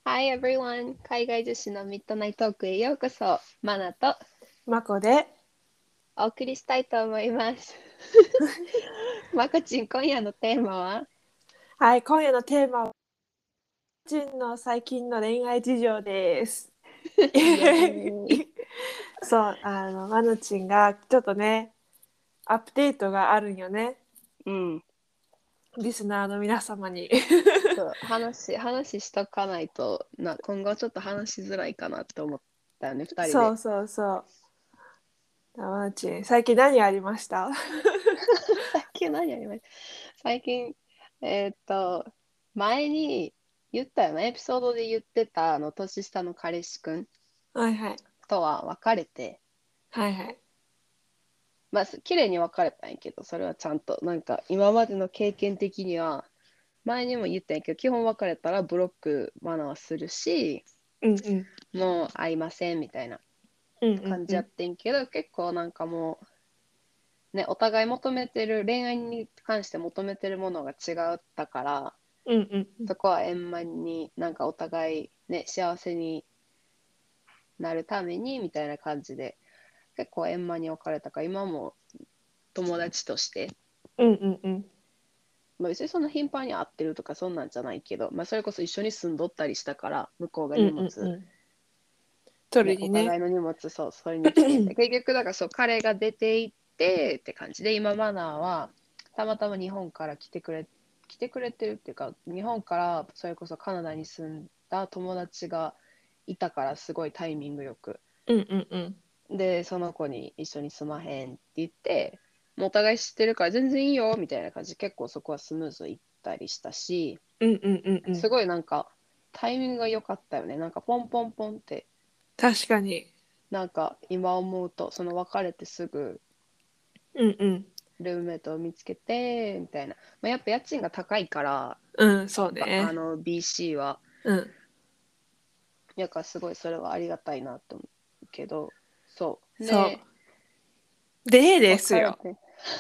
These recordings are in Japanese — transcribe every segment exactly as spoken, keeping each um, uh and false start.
Hi everyone! 海外女子のミッドナイトークへようこそ。マナとまこでお送りしたいと思います。まこちん、今夜のテーマははい、今夜のテーマは人の最近の恋愛事情です。 イエーイ。 そうあのまのちんがちょっとねアップデートがあるんよね、 うん。 リスナーの皆様に。 そう、話、話しとかないとな、今後ちょっと話しづらいかなって思ったよね、二人で。 そうそうそう。まのちん最近何ありました？ 最近何やりました最近、えーっと、前に言ったよね、エピソードで言ってたあの年下の彼氏くんはいはいとは別れて、 はいはい。 まあ、綺麗に別れたんやけど、それはちゃんと、なんか、今までの経験的には、前にも言ったんやけど、基本別れたらブロックマナーするし、 うんうんもう会いませんみたいなうんうん感じやっうん。 てんけど、結構なんかもう、ね、お互い求めてる、恋愛に関して求めてるものが違ったから、 うんうんうん。 そこは円満になんかお互いね、幸せになるためにみたいな感じで、結構円満に別れたから、今も友達として、 うんうんうん。 まあ、別にそんな頻繁に会ってるとかそんなんじゃないけど、まあ、それこそ一緒に住んどったりしたから向こうがうん荷物、 うんうん。取ね、 りにね。 お互いの荷物そうそれに来てで結局だからそう彼が出て行ってって感じで今マナーはたまたま日本から来てくれ来てくれてるっていうか日本からそれこそカナダに住んだ友達がいたからすごいタイミングよくうんうんうんでその子に一緒に住まへんって言ってもうお互い知ってるから全然いいよみたいな感じで結構そこはスムーズいったりしたしうんうんうんうん。 すごいなんかタイミングが良かったよね。なんかポンポンポンって確かに。 なんか今思うとその別れてすぐうんうんルームメイトを見つけてみたいな、まあ、やっぱ家賃が高いからうん。そうばあね。 の ビーシー はうんやからすごいそれはありがたいなと思うけどそうそでうでですよ。 別れて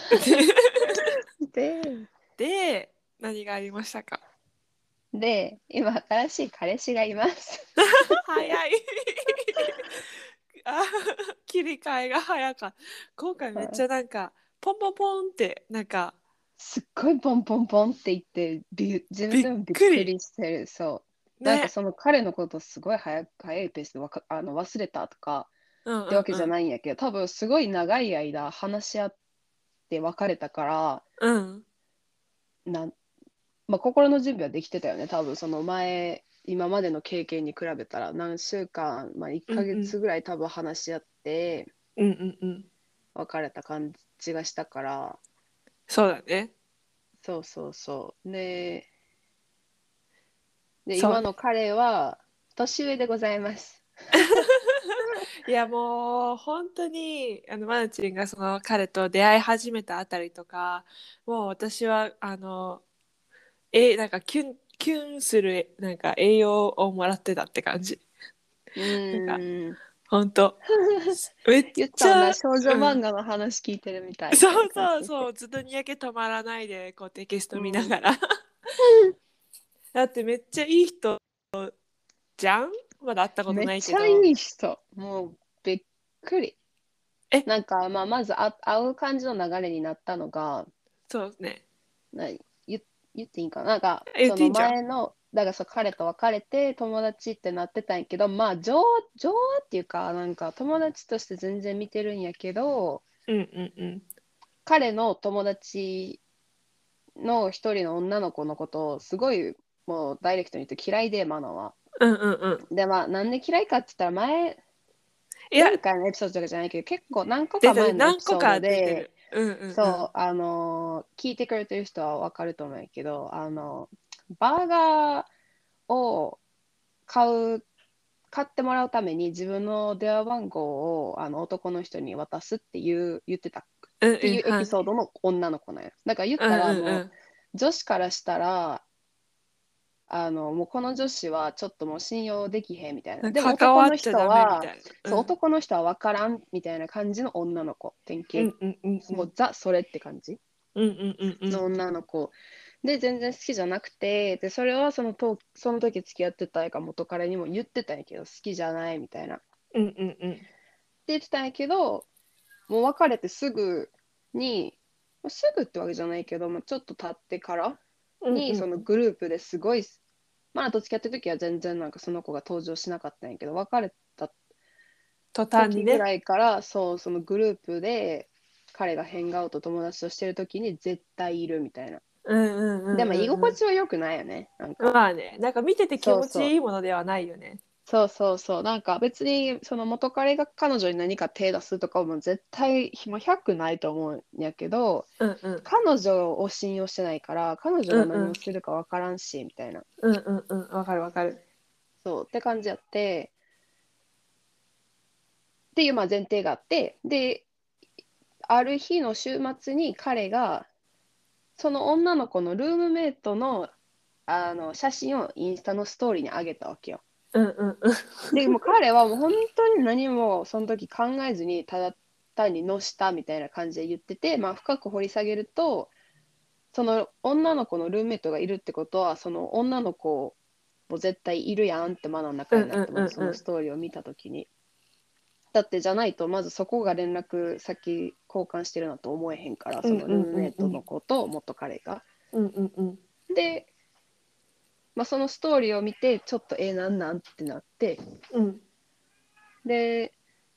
でで、何がありましたか？ で今新しい彼氏がいます早い。あ、切り替えが早かった。今回めっちゃなんかポンポンポンってなんかすっごいポンポンポンって言ってび自分びっでもびっくくりりしてる。そうなんかね。 その彼のことすごい早く早いペースでわかあの忘れたとかうんってわけじゃうんないんやけど多分すごい長い間話し合って別れたからうんなん、まあ、心の準備はできてたよね多分その前今までの経験に比べたら何週間、まあ、1 うんうんヶ月ぐらい多分話し合ってうんうんうん。 別れた感じがしたからそうだね。 そうそうそうでで、 そうね。 今の彼は年上でございます。 いやもう本当にあのマナチンがその彼と出会い始めたあたりとか、もう私はあのえなんかキュンキュンするなんか栄養をもらってたって感じ。 うなんかーん。 本当めっ言ったもんな、 ちゃ、 少女うん、 漫画の話聞いてるみたいみたいなそう感じで。 そうそう、ずっとにやけ止まらないでこうテキスト見なうん。 がら。だってめっちゃいい人じゃん。まだ会ったことめっないけちゃいど。 い人。もうびっくり。 え、 なんか、まあ、まずあ会う感じの流れになったのが、 そうね。 な言、言っていいんかな。なんか、 言っそのていいんじゃん。 前の、だからそう彼と別れて友達ってなってたんやけど、まあ、情、情っていうか、なんか友達として全然見てるんやけど、 うんうんうん彼の友達の一人の女の子のことをすごいもうダイレクトに言って嫌いでマナは。 うんうんうん。 でまあなんで嫌いかって言ったら前いや、 前回のエピソードとかじゃないけど結構何個か出た前のエピソード何個か出てでる。うんうんうん。 そうあのー聞いてくれてる人はわかると思うんやけどあのバーガーを買う買ってもらうために自分の電話番号をあの男の人に渡すっていう言ってたってうんうん、 いうエピはい。 ソードの女の子なんや。だから言っうんたらもううんうん。 女子からしたらあのもうこの女子はちょっともう信用できへんみたいな。でも関わっちゃ男の人ダメみは、 たいな。うそうん。 男の人は分からんみたいな感じの女の子。典型、 うんうんうんうん。 もうザ・それって感じうんうんうんうん。 の女の子で全然好きじゃなくて、でそれはそのとその時付き合ってたか元彼にも言ってたんやけど、好きじゃないみたいなってうんうんうん言ってたんやけど、もう別れてすぐに、まあすぐってわけじゃないけど、まあ、ちょっと経ってからうんにそのうんグループですごい、まあと付き合ってる時は全然なんかその子が登場しなかったんやけど、別れた途端にね。 時ぐらいから、そう、そのグループで彼が変顔と友達としてる時に絶対いるみたいな。 うんうんうでも居心んうん地は良くないよね。なんうん。 か、 まあね、なんか見てて気持ちそうそう。 いいものではないよね。 そうそうそう。なんか別にその元彼が彼女に何か手出すとかも絶対もうひゃくないと思うんやけど、 うんうん彼女を信用してないから、彼女が何をうんうんするか分からんし、みたいな。 うんうんうん。わかるわかる。 そうって感じやって、っていうまあ前提があって、で、ある日の週末に彼が、その女の子のルームメイトの、あの写真をインスタのストーリーに上げたわけよ。 うんうんうん。 で、もう彼はもう本当に何もその時考えずにただ単にのしたみたいな感じで言ってて、まあ深く掘り下げると、その女の子のルームメイトがいるってことは、その女の子も絶対いるやんって学んだうんうん回になって、まずそのスうんうん。 トーリーを見た時に。だってじゃないと、まずそこが連絡先交換してるなと思えへんから、そのルーうんうんムメイトのうんうん。 子と元彼が。 うんうんうん。 で、まあ、そのストーリーを見て、ちょっとえー、なんなんってなって、 うん。 で、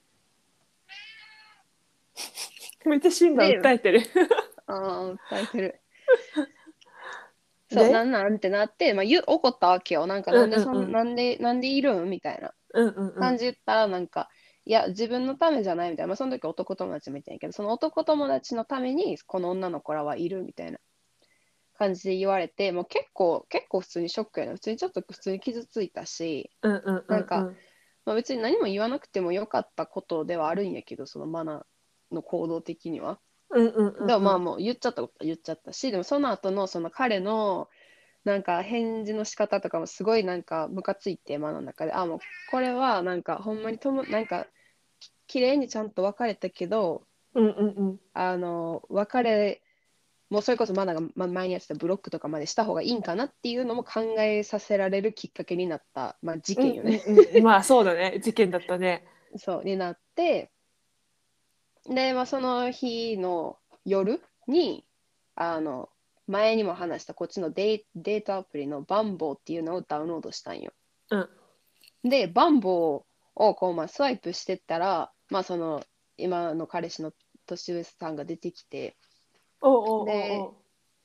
めっちゃシンバで、 訴えてる。 ああ、訴えてる。そう、なで、 んなんってなって、まあ、言う怒ったわけよ。なんか、 うんなんでそん、 うんうん。 なんで、なんでいるんみたいなうんうんうん。 感じ言ったら、なんか、いや、自分のためじゃないみたいな。まあ、その時男友達もいたんやけど、その男友達のために、この女の子らはいるみたいな感じで言われて、もう結構、結構普通にショックやな。普通にちょっと普通に傷ついたし、 うんうんうなんか、 んうん。 まあ、別に何も言わなくてもよかったことではあるんやけど、そのマナーの行動的には。 うんうんうんでもまあうん。 もう言っちゃったことは言っちゃったし、でもその後のその彼のなんか返事の仕方とかもすごいなんかムカついて、マナーの中で、あ、もうこれはなんかほんまにとも、なんかき綺麗にちゃんと別れたけど、 うんうんうん。 あの、別れ、もうそれこそマナーがま前にやってたブロックとかまでした方がいいんかなっていうのも考えさせられるきっかけになった、まあ、事うん件よね。 うんうん。まあそうだね。事件だったね。 そう、になって、で、まあ、その日の夜に、あの、前にも話したこっちのデー、デートアプリのバンボーっていうのをダウンロードしたんよ。 うん。 で、バンボーをこう、まあ、スワイプしてったら、まあ、その、今の彼氏の年上さんが出てきて、 おうおうおうで、 おう。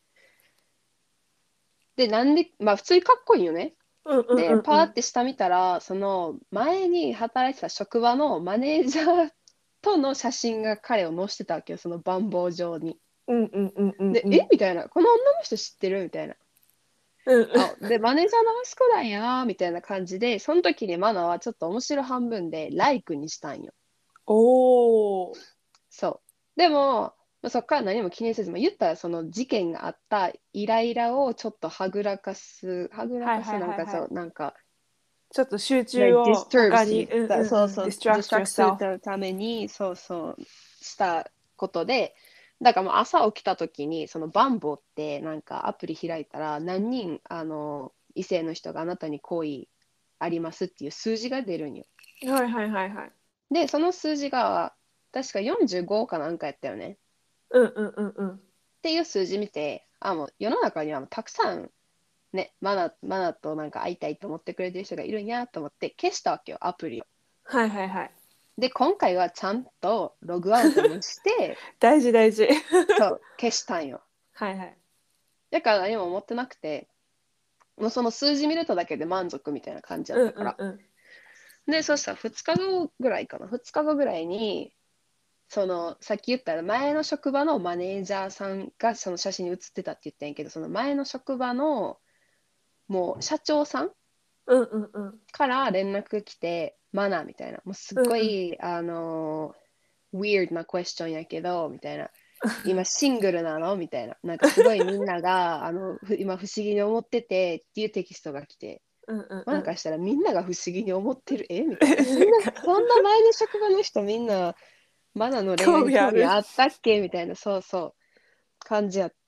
で、なんで、まあ、普通にかっこいいよね。 うんうんうで、 んうん。 パーって下見たら、その、前に働いてた職場のマネージャーとの写真が彼を載せてたわけよ、そのバンボー上に。 うんうんうんうんで、 うん。 えみたいな。この女の人知ってるみたいな。 うんうん。 あ、で、マネージャーの息子なんやな、みたいな感じで、その時にマナはちょっと面白半分で、ライクにしたんよ。 おお。 そう。でも、まあそっから何も気にせず、まあ、言ったらその事件があったイライラをちょっとはぐらかす、はぐらはいはかす、 いはいはい。 なんかそう、なんか、 ちょっと集中ね、 を disturb 他に、 する、 うんだそううんうん。 そう、 distract distract する yourself。 ために、そうそう、したことで、だからもう朝起きた時に、そのバンボーってなんかアプリ開いたら、何人、あの、異性の人があなたに好意ありますっていう数字が出るんよ。 はいはいはいはい。 で、その数字が、確かよんじゅうごかなんかやったよね。 うんうんうんうん。 っていう数字見て、あ、もう世の中にはもうたくさんね、マナ、マナとなんか会いたいと思ってくれてる人がいるんやと思って消したわけよ、アプリを。 はいはいはい。 で、今回はちゃんとログアウトもして、 大事大事。 そう、消したんよ。 はいはい。 だから何も思ってなくて、もうその数字見れただけで満足みたいな感じだうんったから。 うんうん。 で、そしたらふつかごぐらいかな。ふつかごぐらいに、その、さっき言ったら前の職場のマネージャーさんがその写真に写ってたって言ったんやけど、その前の職場のもう社長さんうんうんうん。 から連絡来て、マナーみたいな。もうすっうんうん。 ごい、あのー、weird なクエスチョンやけど、みたいな。今シングルなのみたいな。なんかすごいみんなが、あの、ふ今不思議に思っててっていうテキストが来て、 うんうんまあ、 うん。 なんかしたらみんなが不思議に思ってる、えみたいな。そんな、そんな前の職場の人みんな、マナの恋愛に興味興味ある。 あったっけみたいな、そうそう、感じやって。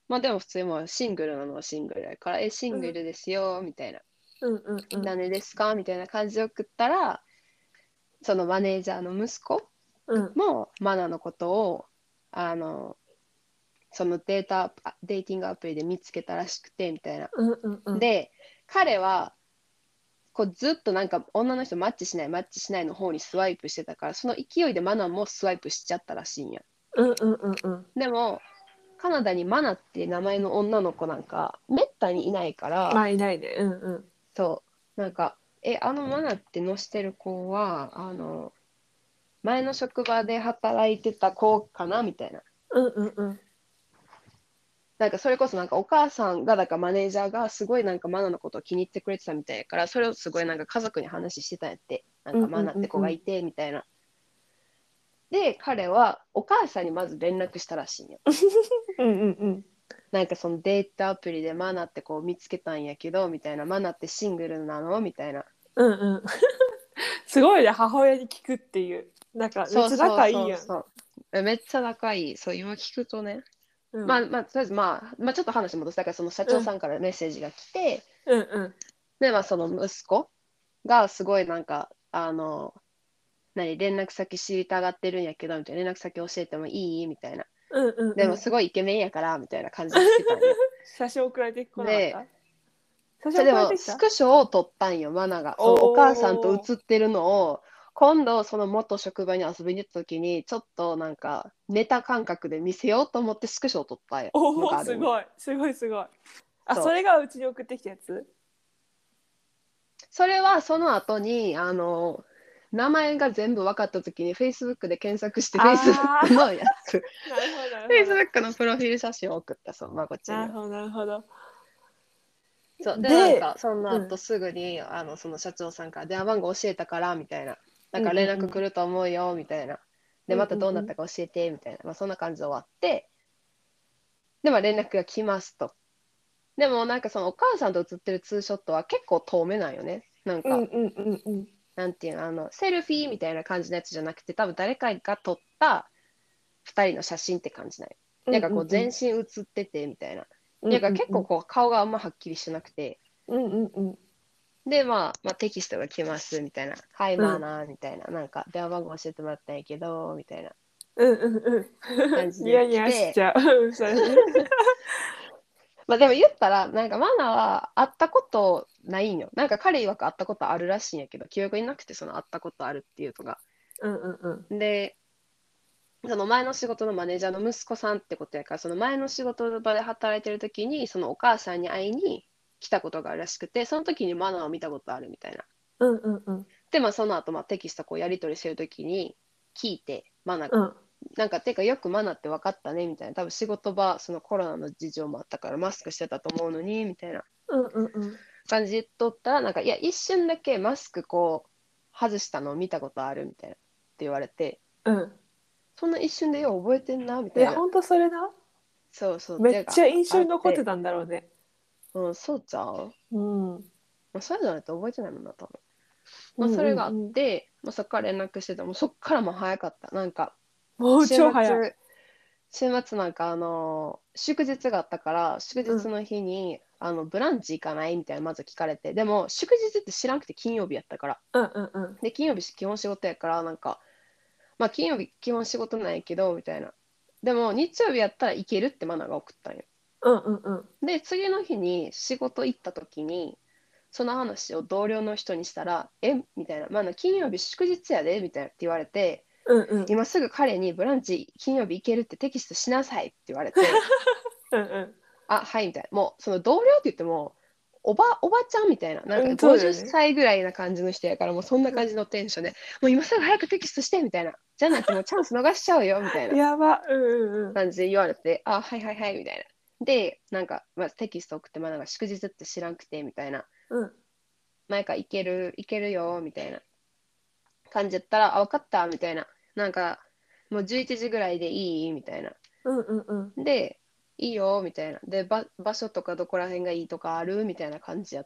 まあでも普通にもうシングルなのはシングルやから、え、シングルですよ、みたいな。 うんうんうん何ですかみたいな感じで送ったら、そのマネージャーの息子うんもマナのことを、あの、そのデータ、デーティングアプリで見つけたらしくて、みたいな。 うんうんうんで、彼は、こうずっとなんか女の人マッチしないマッチしないの方にスワイプしてたから、その勢いでマナもスワイプしちゃったらしいんや。 うんうんうんうんでもカナダにマナって名前の女の子なんかめったにいないかまら、 あいないね。うんうんそうなんかえあのマナって載してる子はあの前の職場で働いてた子かなみたいな。 うんうんうんなんかそれこそなんかお母さんがだからマネージャーがすごいなんかマナのことを気に入ってくれてたみたいやから、それをすごいなんか家族に話してたんやって、なんうんうんかマナって子うんがいてみたいな。で、彼はお母さんにまず連絡したらしいんよ。 うんうんうんなんかそのデータアプリでマナってこう見つけたんやけど、みたいな、マナってシングルなのみたいな。 うんうんすごいね、母親に聞くっていう。なんかめっちゃそうそう仲いいやん。 そうそう。えめっちゃ仲いい。そう、今聞くとね。 うんまあまあ、とりあえずまあ、まあちょっと話戻す。だからその社長うんさんからメッセージが来て、 うんうんで、まあその息子がすごいなんか、あの、何、連絡先知りたがってるんやけど、みたいな、連絡先教えてもいいみたいな。 うんうんうん。 でもすごいイケメンやから、みたいな感じで来てたんよ。 写真送られてこなかっで、 た？写真それでも送られてきた？ スクショを撮ったんよ、マナが。そのお母さんとおー写ってるのを、今度その元職場に遊びに行った時に、ちょっとなんかネタ感覚で見せようと思ってスクショを撮ったのおー、 があるんよ。 すごいすごいすごい。あ、そそう。 れがうちに送ってきたやつ？ それはその後に、あの、名前が全部分かった時に Facebook で検索してあ Facebook のやつ、 ーなるほどなるほど Facebook のプロフィール写真を送った、そう、まこっちには。 なるほどなるほど。 そう。で、なんで、 か、そのうん後すぐに、あの、その社長さんから電話番号教えたから、みたいな。だうんから連絡来うんうんると思うよ、みたいな。で、 うんまたどううんうんなったか教えて、みたいな。まあ、そんな感じで終わって、で、まあ、連絡が来ますと。でも、なんかそのお母さんと写ってるツーショットは結構遠目なんよね。なんか、 うんうんうんうんなんていうの、あの、セルフィーみたいな感じのやつじゃなくて、多分誰かが撮った二人の写真って感じなんよ。 うんなんかこう、全うん身写ってて、みたいな。 うんなんかうんうん結構こう、顔があんまはっきりしてなくて、 うんうんうんで、まあ、まあ、テキストが来ますみたいな。はい、 うんまあな、みたいな。なんか、電話番号教えてもらったんやけど、みたいなうんうんうん。ニ感じでヤニヤし来て、 ちゃう。うんそれね。 まあでも言ったら、なんかマナは会ったことないんよ。なんか彼曰く会ったことあるらしいんやけど、記憶になくて、その会ったことあるっていうのが。 うんうんうんで、その前の仕事のマネージャーの息子さんってことやから、その前の仕事場で働いてる時に、そのお母さんに会いに来たことがあるらしくて、その時にマナを見たことあるみたいな。 うんうんうんで、まあ、その後、まあ、テキストこうやり取りしてるときに聞いて、マナが、 うんなんか、てか、よくマナって分かったね、みたいな。多分仕事場、そのコロナの事情もあったから、マスクしてたと思うのに、みたいなうんうんうん感じで言っとったら、なんか、いや、一瞬だけマスクこう、外したのを見たことある、みたいな。って言われて、 うん。 そんな一瞬でよう覚えてんな、みたえ、 いな。 ほんとそれな。 そうそう、 めっちゃてか、 印象に残ってあって、 たんだろうね。 うん、そうちゃう、 うんうんまあ、そうじゃないと覚えてないもんな、多分。まあ、 うんそれがあっうん。 て、まあ、そこから連絡してても、そっからもう早かった。なんか、 もう週超早い。 末、週末なんかあの祝日があったから祝うん日の日にあのブランチ行かないみたいなまず聞かれて、でも祝日って知らんくて金曜日やったから、 うんうんうんで金曜日基本仕事やからなんかまあ金曜日基本仕事なんやけどみたいな、でも日曜日やったら行けるってマナが送ったんよ。 うんうんうんで次の日に仕事行った時にその話を同僚の人にしたらえみたいな、マナ金曜日祝日やでみたいなって言われて、 うんうん今すぐ彼にブランチ金曜日行けるってテキストしなさいって言われて、 うんあ、はいみたいな。もう、その同僚って言っても、おば、おばちゃんみたいな、なんかうん。そうだ 50 よね。 歳ぐらいな感じの人やから、もうそんな感じのテンションで、もう今すぐ早くテキストしてみたいな。じゃないともうチャンス逃しちゃうよみたいなやば。うんうんうん感じで言われて、あ、はいはいはいみたいな。で、なんか、まあ、テキスト送って、まあ、なんか祝日って知らんくてみたいな。 うんなんかいける、いけるよみたいな感じやったら、あ、分かったみたいな。なんか、もうじゅういちじぐらいでいいみたいな。 うんうんうんで、いいよ、みたいな。で、ば、場所とかどこら辺がいいとかあるみたいな感じやって、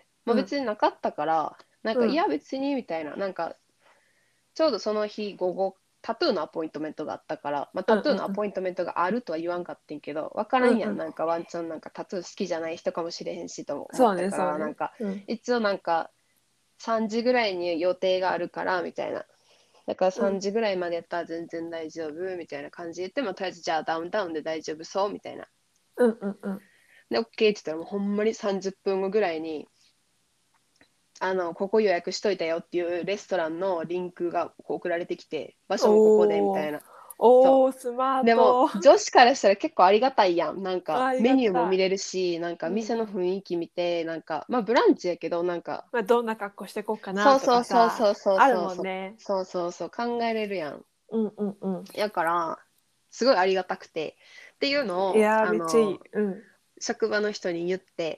まあうん別になかったから、なんか、いうんや別に、みたいな。なんか、ちょうどその日午後タトゥーのアポイントメントがあったから、まあ、 うんうんタトゥーのアポイントメントがあるとは言わんかってんけど、わからんやん、 うんうんなんかワンチャンなんかタトゥー好きじゃない人かもしれへんしとも思そうったから、 ねそうね。 なんかうん一応なんかさんじぐらいに予定があるからみたいな。だから3 うん時ぐらいまでやったら全然大丈夫みたいな感じで言っても、とりあえずじゃあダウンタウンで大丈夫そうみたいな。 うんうんうん。 で、OK って言ったらもうほんまにさんじゅっぷんごぐらいに、あの、ここ予約しといたよっていうレストランのリンクがこう送られてきて、場所もここでみたおーいな。そおー、スマう。 ーでも、 ト。 女子からしたら結構ありがたいやん。なんか、 ありメがたい。 ニューも見れるし、なんか、 うん店の雰囲気見て、なんか、まあ、ブランチやけど、なんか、 まあ、どんな格好してこうかなとそうそうそうかさ、 そうそうあるそうそう、 もんね。 そうそうそう、考えれるやん。 うんうんうん。 やから、すごいありがたくて。っていうのを、 いやー、めっちゃいい。 あの、 うん職場の人に言って、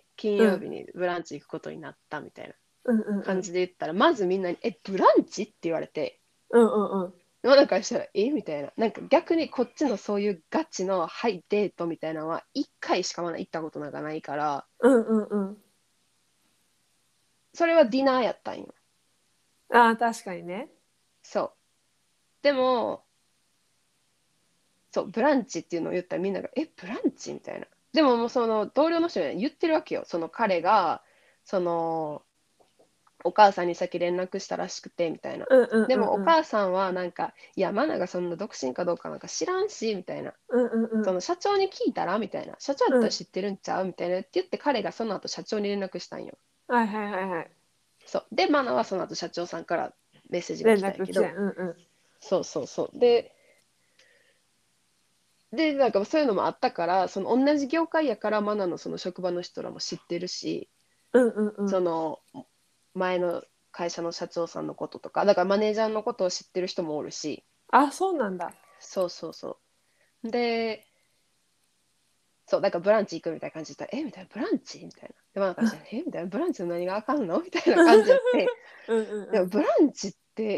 金曜日うんにブランチ行くことになったみたいなうんうんう感んじで言ったら、まずみんなに、え、ブランチって言われて、 うんうんうん世の中にしたら、えみたいな。なんか逆にこっちのそういうガチのハイデートみたいなのは、一回しかまだ行ったことなんかないから、 うんうんうん。 それはディナーやったんよ。 ああ、確かにね。 そう。でも、そう、ブランチっていうのを言ったらみんなが、え、ブランチみたいな。でももうその同僚の人には言ってるわけよ。その彼が、その、お母さんに先連絡したらしくて、みたいな。 うんうんでもおうんうん母さんはなんか、いや、マナがそんな独身かどうかなんか知らんし、みたいな。 うんうんうんその社長に聞いたらみたいな。社長だったらうん。 知ってるんちゃうみたいなって言って彼がその後社長に連絡したんよ。 はいはいはいはい。 そう。で、マナはその後社長さんからメッセージが連来たんや絡来て。 けど、 うんうんそうそうそう。で、で、なんかそういうのもあったから、その同じ業界やからマナのその職場の人らも知ってるし、 うんうんうん。 その前の会社の社長さんのこととか、だからマネージャーのことを知ってる人もおるし、 あ、そうなんだ。 そうそうそう。で、そう、だからブランチ行くみたいな感じで言ったら、えみたいな、ブランチみたいな。で、まあ、私は、えみたいな、ブランチの何があかんのみたいな感じやって、 うんうんでも、 うん。 ブランチって、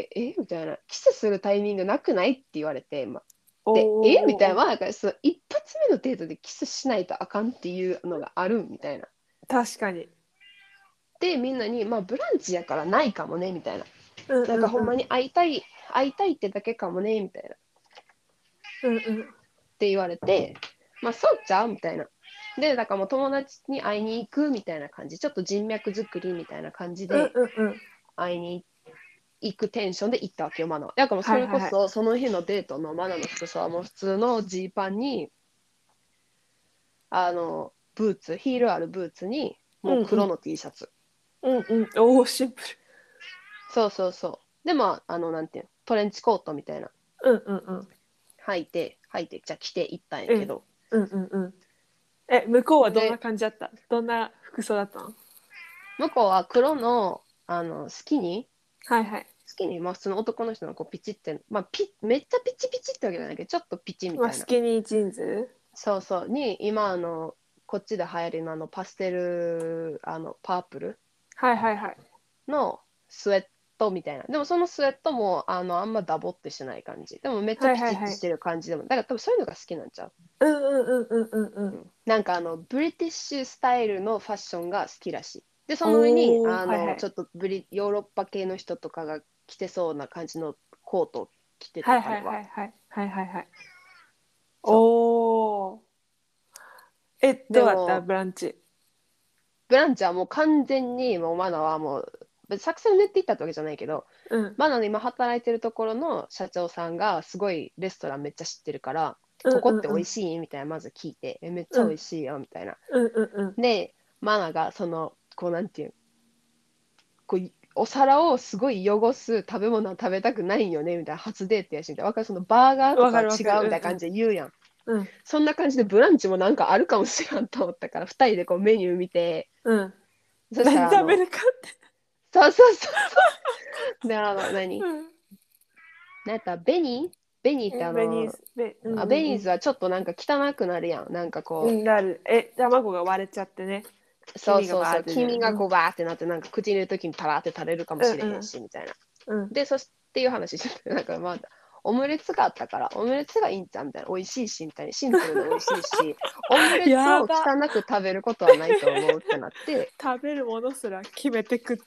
えみたいな、キスするタイミングなくないって言われて、まあ、 おーで、えみたいな、 おーおー。 まあ、だからその一発目のデートでキスしないとあかんっていうのがあるみたいな。 確かに。 で、みんなに、まあ、ブランチやからないかもね、みたいな。 うんなんか、ほんうんうんまに会いたい、会いたいってだけかもね、みたいな。っうんうんて言われて、まあ、そうちゃうみたいな。で、だからもう友達に会いに行くみたいな感じ、ちょっと人脈作りみたいな感じうんでうんうん。 会いに行くテンションで行ったわけよ、マナは。だからもうそれこはいはいはい。 そその日のデートのマナの服装はもう普通のジーパンに、あの、ブーツ、ヒールあるブーツに、もうんうんう黒の T シャツ。 うんうん。おお、シンプそうそうそう。で、まあ、あの、なんていうの、トレンチコートみたいな、 ル。うんうんうん。 履いて、履いて、じゃあ着て行ったんやうんけど。 うんうんうん。え、向こうはどんなで、 感じだった？どんな服装だったの？ 向こうは黒の、あの、スキニーはいはい。 スキニー、まあ普通の男の人のこうピチって、まあピ、めっちゃピチピチってわけじゃないけど、ちょっとピチみまあ、 たいな。 スキニージーンズ。 そうそう。に、今、あの、こっちで流行りのあの、パステル、あの、パープルはいはいはい。 のスウェットみたいな。でもそのスウェットも、あの、あんまダボってしない感じ。でもめっちゃはいはいはい。 ピチッとしてる感じでも。だから多分そういうのが好きなんちゃう。 うんうんうんうんうんうん。 うん。なんかあの、ブリティッシュスタイルのファッションが好きらしい。で、その上に、 おお、 あの、 はいはい。 ちょっとブリ、ヨーロッパ系の人とかが着てそうな感じのコートを着てた、 はいはい彼は。 はいはい。はいはいはい。 そおお。え、 う。 どうだったでも、 ブランチ？ ブランチはもう完全に、もうマナはもう、別に作戦を練っていったってわけじゃないけど、 うん。 マナの今働いてるところの社長さんがすごいレストランめっちゃ知ってるから、 うんここって美味うんうん。 しいみたいなまず聞いて、え、めっちゃ美味うんしいよみたいな。 うんうんうん。 で、マナがその、こうなんていう、こうお皿をすごい汚す食べ物は食べたくないよねみたいな初デートやしみたいな。わかるそのバーガーとわかはかるわかる。 違うみたいな感うんじで言うやん。 うん。うん。 そんな感じでブランチもなんかあるかもしれんと思ったから、二人でこうメニュー見て、 うん。 そしたらあの、 何食べるかって。 そうそうそうそう。で、あの、何うん。 なんやったベニーベニーってあの、 ベニーズ、ベ、うんあ、 うんうん。 ベニーズはちょっとなんか汚くなるやん。なんかこうん、なる。え、卵が割れちゃってね。 う、 黄身がそうそうそう、 バーって出る。 黄身がこうバーってなって、なんか口に入れるときにパラーって垂れるかもうんうんしれへんし、みたいな。 うん。 で、そしてっていう話してて、なんかまあ、オムレツがあったから、オムレツがいいんちゃうみたいな。美味しいし、みたいな。シンプルで美味しいし、オムレツをやば。 汚く食べることはないと思うってなって、 食べるものすら決めてく。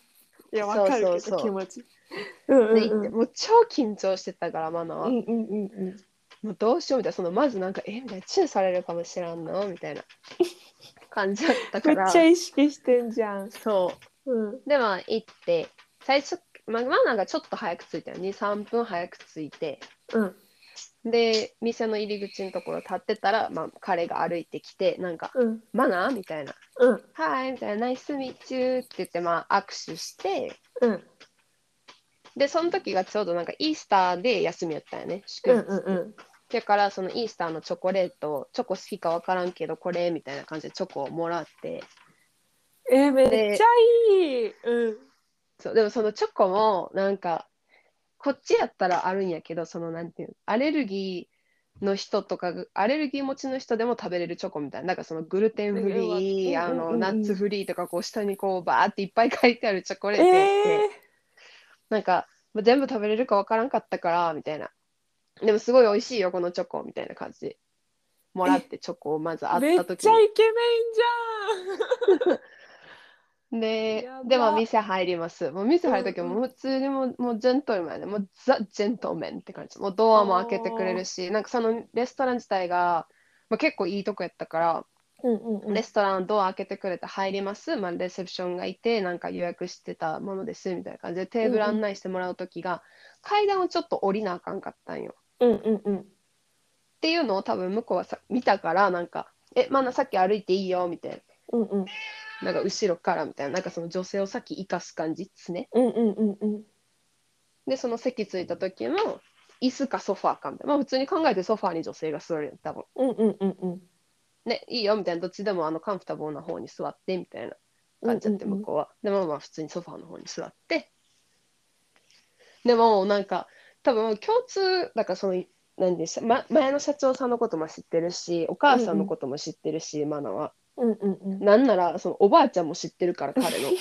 いや、わそうかるけどそうそ気持ち。うんう。で、 うんうん。 行って、もう超緊張してたから、マナは。 うんうんうんうん。 もうどうしようみたいな、その、まずなんか、え、みたいな、チューされるかもしらんのみたいな感じだっためっちゃから、 意識してんじゃん。 そうん。 う。で、まあ、行って、最初、まあ、マナがちょっと早く着いたよ。に、さんぷん早く着いて、 うん。 で、店の入り口のところ立ってたら、まあ、彼が歩いてきて、なんか、 うん。 マナみたいな。 うん。 はい、みたいな、ナイスミーチューって言って、まあ、握手して、 うん。 で、その時がちょうどなんかイースターで休みやったよね、祝うん日で。 うんうん。 だから、そのイースターのチョコレート、チョコ好きかわからんけど、これみたいな感じでチョコをもらって、 えー、めっちゃで、 いい。うん。 そう、でもそのチョコも、なんか、こっちやったらあるんやけど、その、なんていうの、アレルギーの人とかが、アレルギー持ちの人でも食べれるチョコみたいな、なんかそのグルテンフえー、わ、うリー、 んうんあの、ナッうんうん。 ツフリーとか、こう下にこうバーっていっぱい書いてあるチョコレえートやって、 ー、 なんか、もう全部食べれるかわからんかったから、みたいな。でもすごい美味しいよ、このチョコ、みたいな感じで。もらっえ、 てチョコをまず会っめった時に。 ちゃイケメンじゃん。 で、で、まあ、 やば。 店入ります。もう店うん入る時はうん。 もう普通にもう、もうジェントルマンで、もうザ・ジェントルマンって感じ。もうドアも開けてくれはあ。 るし、なんかそのレストラン自体が、まあ、結構いいとこやったから、 うんうんうん。 レストランドア開けてくれて入ります。まあ、レセプションがいて、なんか予約してたものです、みたいな感じでテーブル案うんうん。 内してもらう時が、階段をちょっと降りなあかんかったんよ。 うんうんうん。 っていうのを多分向こうはさ見たから、なんか、え、まださっき歩いていいよ、みたいな。 うんうん。 なんか後ろからみたいな、なんかその女性をさっき生かす感じですね。 うんうんうんうん。 で、その席着いた時も、椅子かソファーかみたいな。まあ普通に考えてソファーに女性が座るやん、多分。 うんうんうんうん。 ね、いいよみたいな、どっちでもあのカンフタボーな方に座ってみたいなうん感じやって、 うんうん。 向こうは。でもまあ普通にソファーの方に座って、でもなんか、多分共通、だからその、何でした、ま、前の社長さんのことも知ってるし、お母さんのうんうん。 ことも知ってるし、マナは。 うんうんうん。 なんなら、そのおばあちゃんも知ってるから、彼の。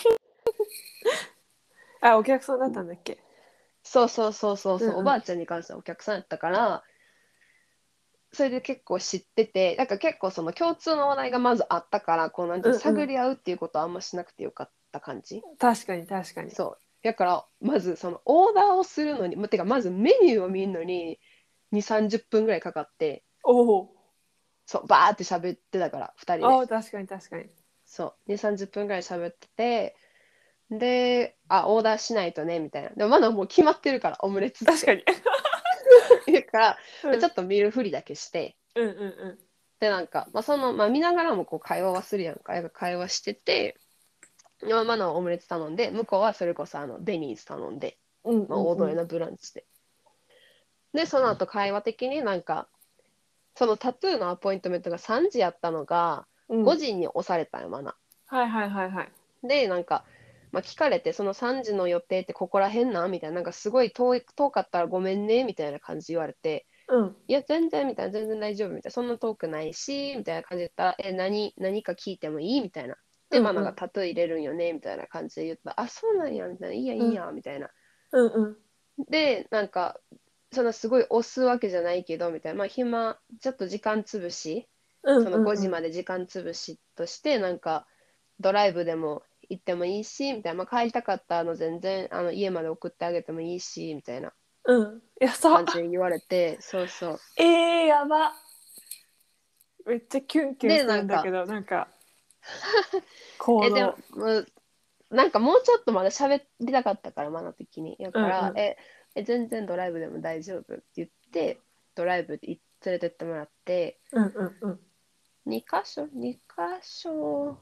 あ、お客さんだったんだっけ？ そうそうそうそうそう、おうんうん。 ばあちゃんに関してはお客さんやったから、それで結構知ってて、だから結構その共通の話題がまずあったから、こうなんていうのうんうん。 探り合うっていうことはあんましなくてよかった感じ。 確かに確かに。 そう。だから、まずそのオーダーをするのに、まてかまずメニューを見るのにに、さんじゅっぷんぐらいかかって、 おお。 そう、バーって喋ってたから、ふたりで。 ああ、確かに確かに。 そう、に、さんじゅっぷんぐらい喋ってて、で、あ、オーダーしないとね、みたいな。でもまだもう決まってるから、オムレツって。 確かに。 だから、ちょうん。 っと見るふりだけして、 うんうんうん。 で、なんか、まあ、その、まあ、見ながらもこう会話はするやんか。やっぱ会話してて、まあ、マナはオムレツ頼んで、向こうはそれこそあのデニーズ頼んで、 うんまあ、 うんうん。 王道のブランチで。で、その後会話的になんか、そのタトゥーのアポイントメントがさんじやったのが、5 うん。 時に押されたよ、マナ。 はいはいはいはい。 で、なんか、まあ、聞かれて、そのさんじの予定ってここら辺なんみたいな、なんかすごい遠い、遠かったらごめんね、みたいな感じ言われて、 うん。 いや、全然、みたいな、全然大丈夫、みたいな、そんな遠くないし、みたいな感じで言ったら、え、何、何か聞いてもいいみたいな。で、まあ、なんかうんうん。 タトゥー入れるんよね、みたいな感じで言ったら、あ、そうなんや、みたいな、いいや、いうんいや、みたいな。 うんうん。 で、なんか、そのすごい押すわけじゃないけど、みたいな、まあ、暇、ちょっと時間つぶし、 うんその5 うんうん。 時まで時間つぶしとして、なんか、ドライブでも行ってもいいし、みたいな、まあ、帰りたかったの全然、あの、家まで送ってあげてもいいし、みたいなうん。やさ。 感じで言われて、そうそえー、やば。めっちゃキュンキう。で、 ュンすなんか、 るんだけど、なんか、行え、でも、 動。 もうなんかもうちょっとまだ喋りたかったから、マナ的に。だから、 うんうん。 え、え、全然ドライブでも大丈夫って言って、ドライブで連れてってもらって、 うんうんうん。 に箇所、に箇所、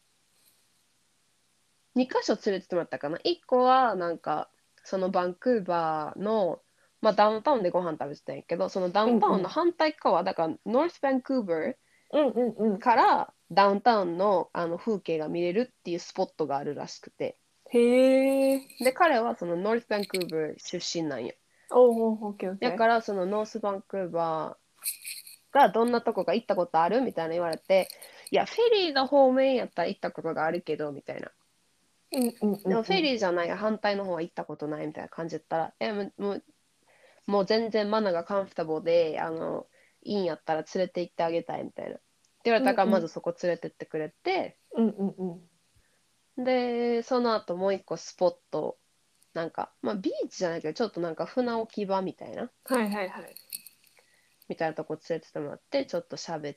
に箇所連れてってもらったかな。いっこは、なんか、そのバンクーバーの、まあダウンタウンでご飯食べてたんやけど、そのダウンタウンのうんうん。 反対側、だから、ノースバンクーバーうんうんうん。 からダウンタウンの、あの風景が見れるっていうスポットがあるらしくて。 へえ。 で、彼はそのノースバンクーバー出身なんよ。 おうおう、オッケーオッケー。 だからそのノースバンクーバーがどんなとこか行ったことあるみたいな言われて、いや、フェリーの方面やったら行ったことがあるけど、みたいな。 うんうんうでもフェんうん。 リーじゃない、反対の方は行ったことないみたいな感じだったら、え、もう、もうもう全然マナがカンフタボーで、あの、いいんやったら連れて行ってあげたいみたいな。って言われたから、まずうんうん。 そこ連れてってくれて、 うんうんうん。 で、その後もう一個スポット、なんか、まあビーチじゃないけど、ちょっとなんか船置き場みたいな、 はいはいはい。 みたいなとこ連れてってもらって、ちょっと喋って、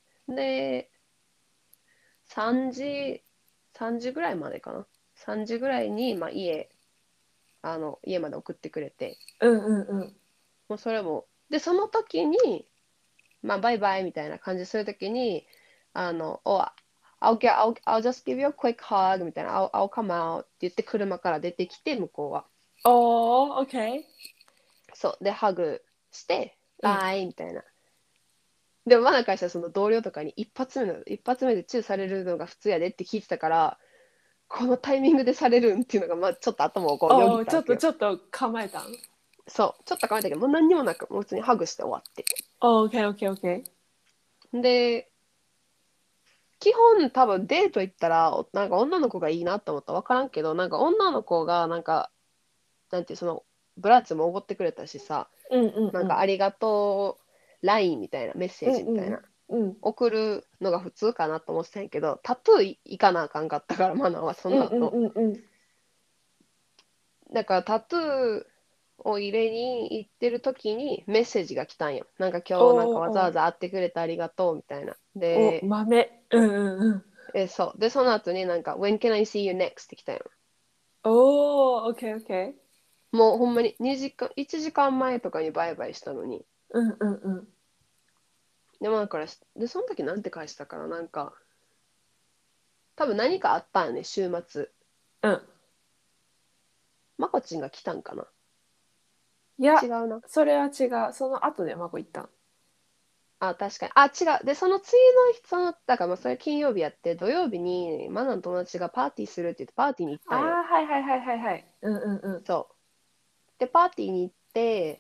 で、さんじ、さんじぐらいまでかな。さんじぐらいに、まあ家、あの、家まで送ってくれて、 うんうんうん。 もうそれも、で、その時に、まあ、バイバイみたいな感じするときに、あの、お、I'll get, I'll, I'll just give you a quick hug みたいな、I'll, I'll come out って言って車から出てきて、向こうは。 おー、OK。 そう。で、ハグして、 うん。 バイみたいな。でも、まだ会社その同僚とかに一発目の、一発目でチューされるのが普通やでって聞いてたから、このタイミングでされるんっていうのが、まあ、ちょっと頭をこうよぎっおー、ちょったわけよ。 とちょっと構えたん。 そう。ちょっと考えたけど、もう何にもなく、もう普通にハグして終わって。 おー、OK OK OK。 で、基本多分デート行ったら、おなんか女の子がいいなと思ったら分からんけど、なんか女の子がなんか、なんていうその、ブラッツもおごってくれたしさ、 うんうんうん。 なんかありがとう ライン みたいなメッセうんージみたいな、 うんうん。 送るのが普通かなと思ってたんやけど、タトゥーい行かなあかんかったから、マナーはそうんうんの後。 うんうん。 だからタトゥーを入れに行ってる時にメッセージが来たんよ。なんか今日なんかわざわおーおーざ会ってくれてありがとうみたいな。 お、 で、 豆。うんうんうん。 え、そう。で、その後になんか When can I see you next? って来たんよ。 おー、OK OK。 もうほんまににじかん、いちじかんまえとかにバイバイしたのに。 うんうんうん。 でもだからし、で、その時なんて返したから、なんか、多分何かあったんよね、週末。 うん。 まこちんが来たんかな。 いや、 違うな。 それは違う。その後でマコ行ったん。 あ、確かに。あ、違う。で、その次の日、その、だからまあそれ金曜日やって、土曜日にマナの友達がパーティーするって言ってパーティーに行ったんよ。 ああ、はいはいはいはいはい。うんうんうん。 そう。で、パーティーに行って、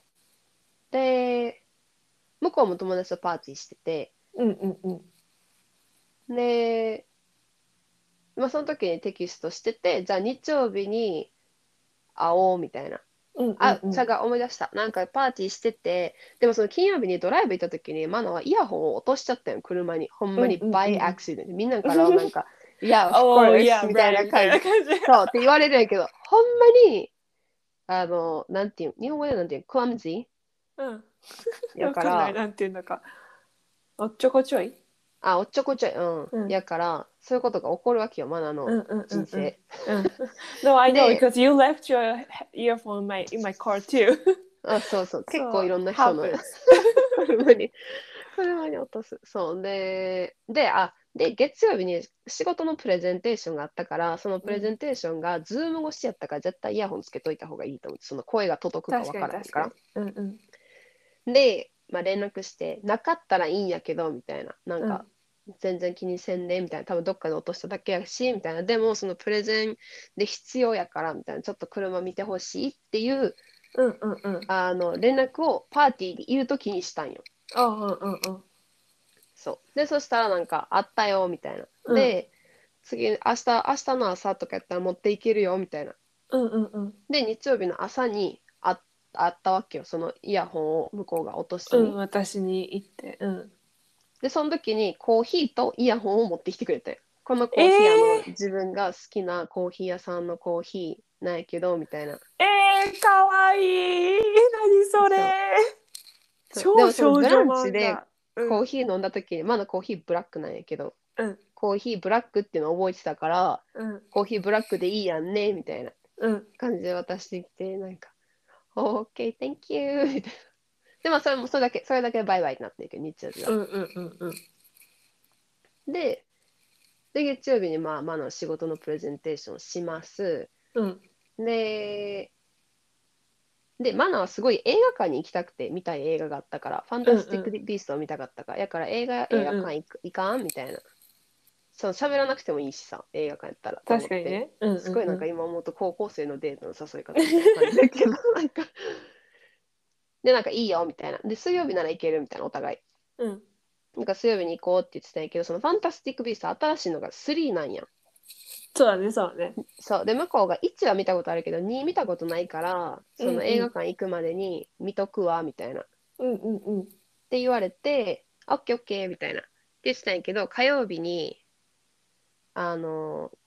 で、向こうも友達とパーティーしてて、 うんうんうん。 で、まあその時にテキストしてて、じゃあ日曜日に会おうみたいな。 うんうんあ、 うん。 ちゃが思い出した。なんかパーティーしてて、でもその金曜日にドライブ行った時に、マナはイヤホンを落としちゃったよ、車に。ほんうんまに、バイアうんうん。 クシデント。みんなからなんか、いや、of おー、い course, や、 みたい right みたいな感じ。 な感じ。 そうって言われるんやけど、ほんまに、あの、なんていう、日本語でなんていう、クラムジうん。 ーやわかんない、 から、 なんていうのか。おっちょこちょい。 あ、おっちょこちょい、うん。 うん。 やから、そういうことが起こるわけよ、マナのうんうんうんうん。 人生。 うん。No, I know で、 because you left your earphone in my, in my car too. あ、そうそう、結構いそう、 ろんな人の happens. 車に車に落とす。そう。で、で、あ、で、月曜日に仕事のプレゼンテーションがあったから、そのプレゼうん。 ンテーションがズーム越しやったから、絶対イヤホンつけといた方がいいと思って、その声が届くかわ確かからへんから。 に確かに。うんうんで、まあ、連絡して、なかったらいいんやけど、みたいな。なんか、 うん全然気にせんで、みたいな。多分どっかで落としただけやし、みたいな。でも、そのプレゼンで必要やから、みたいな。ちょっと車見てほしいっていう、 うんうんうん。 あの、連絡をパーティーにいるときにしたんよ。 あうんうんうんそう。で、そしたらなんか、あったよ、みたいな。 うんで、次、明日、明日の朝とかやったら持っていけるよ、みたいな。 うんうんうんで、日曜日の朝にあ、あったわけよ。そのイヤホンを向こうが落としうん、 に。 私に言ってうんで、その時にコーヒーとイヤホンを持ってきてくれて。このえコーヒー、あの、 ー、 自分が好きなコーヒー屋さんのコーヒーなんやけど、みたいな。 えー、かわいい何そそう。 れそう。で超もその少女ブランチで漫画うんコーヒー飲んだ時に、まだコーヒーブラックなんやけど、 うんコーヒーブラックっていうのを覚えてたから、 うんコーヒーブラックでいいやんね、みたいなうん感じで渡してきて、なんか、OK, thank you! みたいな。でもそれもそれだけ、それだけでバイバイになってるけど、日曜日は。 うんうんうんうんで、で、月曜日にまあ、まあの仕事のプレゼンテーションをします。 うんで、で、マナはすごい映画館に行きたくて見たい映画があったから、ファンうんタスティック・ビーストを見たかったから、やから映画、映画うんうん館行く、行かんみたいな。そう、喋らなくてもいいしさ、映画館やったらと思確かにって。 ねうんすごいなんかうんうん今思うと高校生のデートの誘い方みたいな感じだけど、なんか、で、なんかいいよみたいな。で、水曜日なら行けるみたいな、お互い。 うんなんか水曜日に行こうって言ってたんやけど、そのファンタスティック・ビースト新しいのがスリーなんや。 そうだねそうだねそう。で、向こうがいちは見たことあるけど、に見たことないから、その映画うんうん館行くまでに見とくわ、みたいな。っうんうんうんて言われて、オッケーオッケーみたいな。って言ってたんやけど、火曜日に、あの、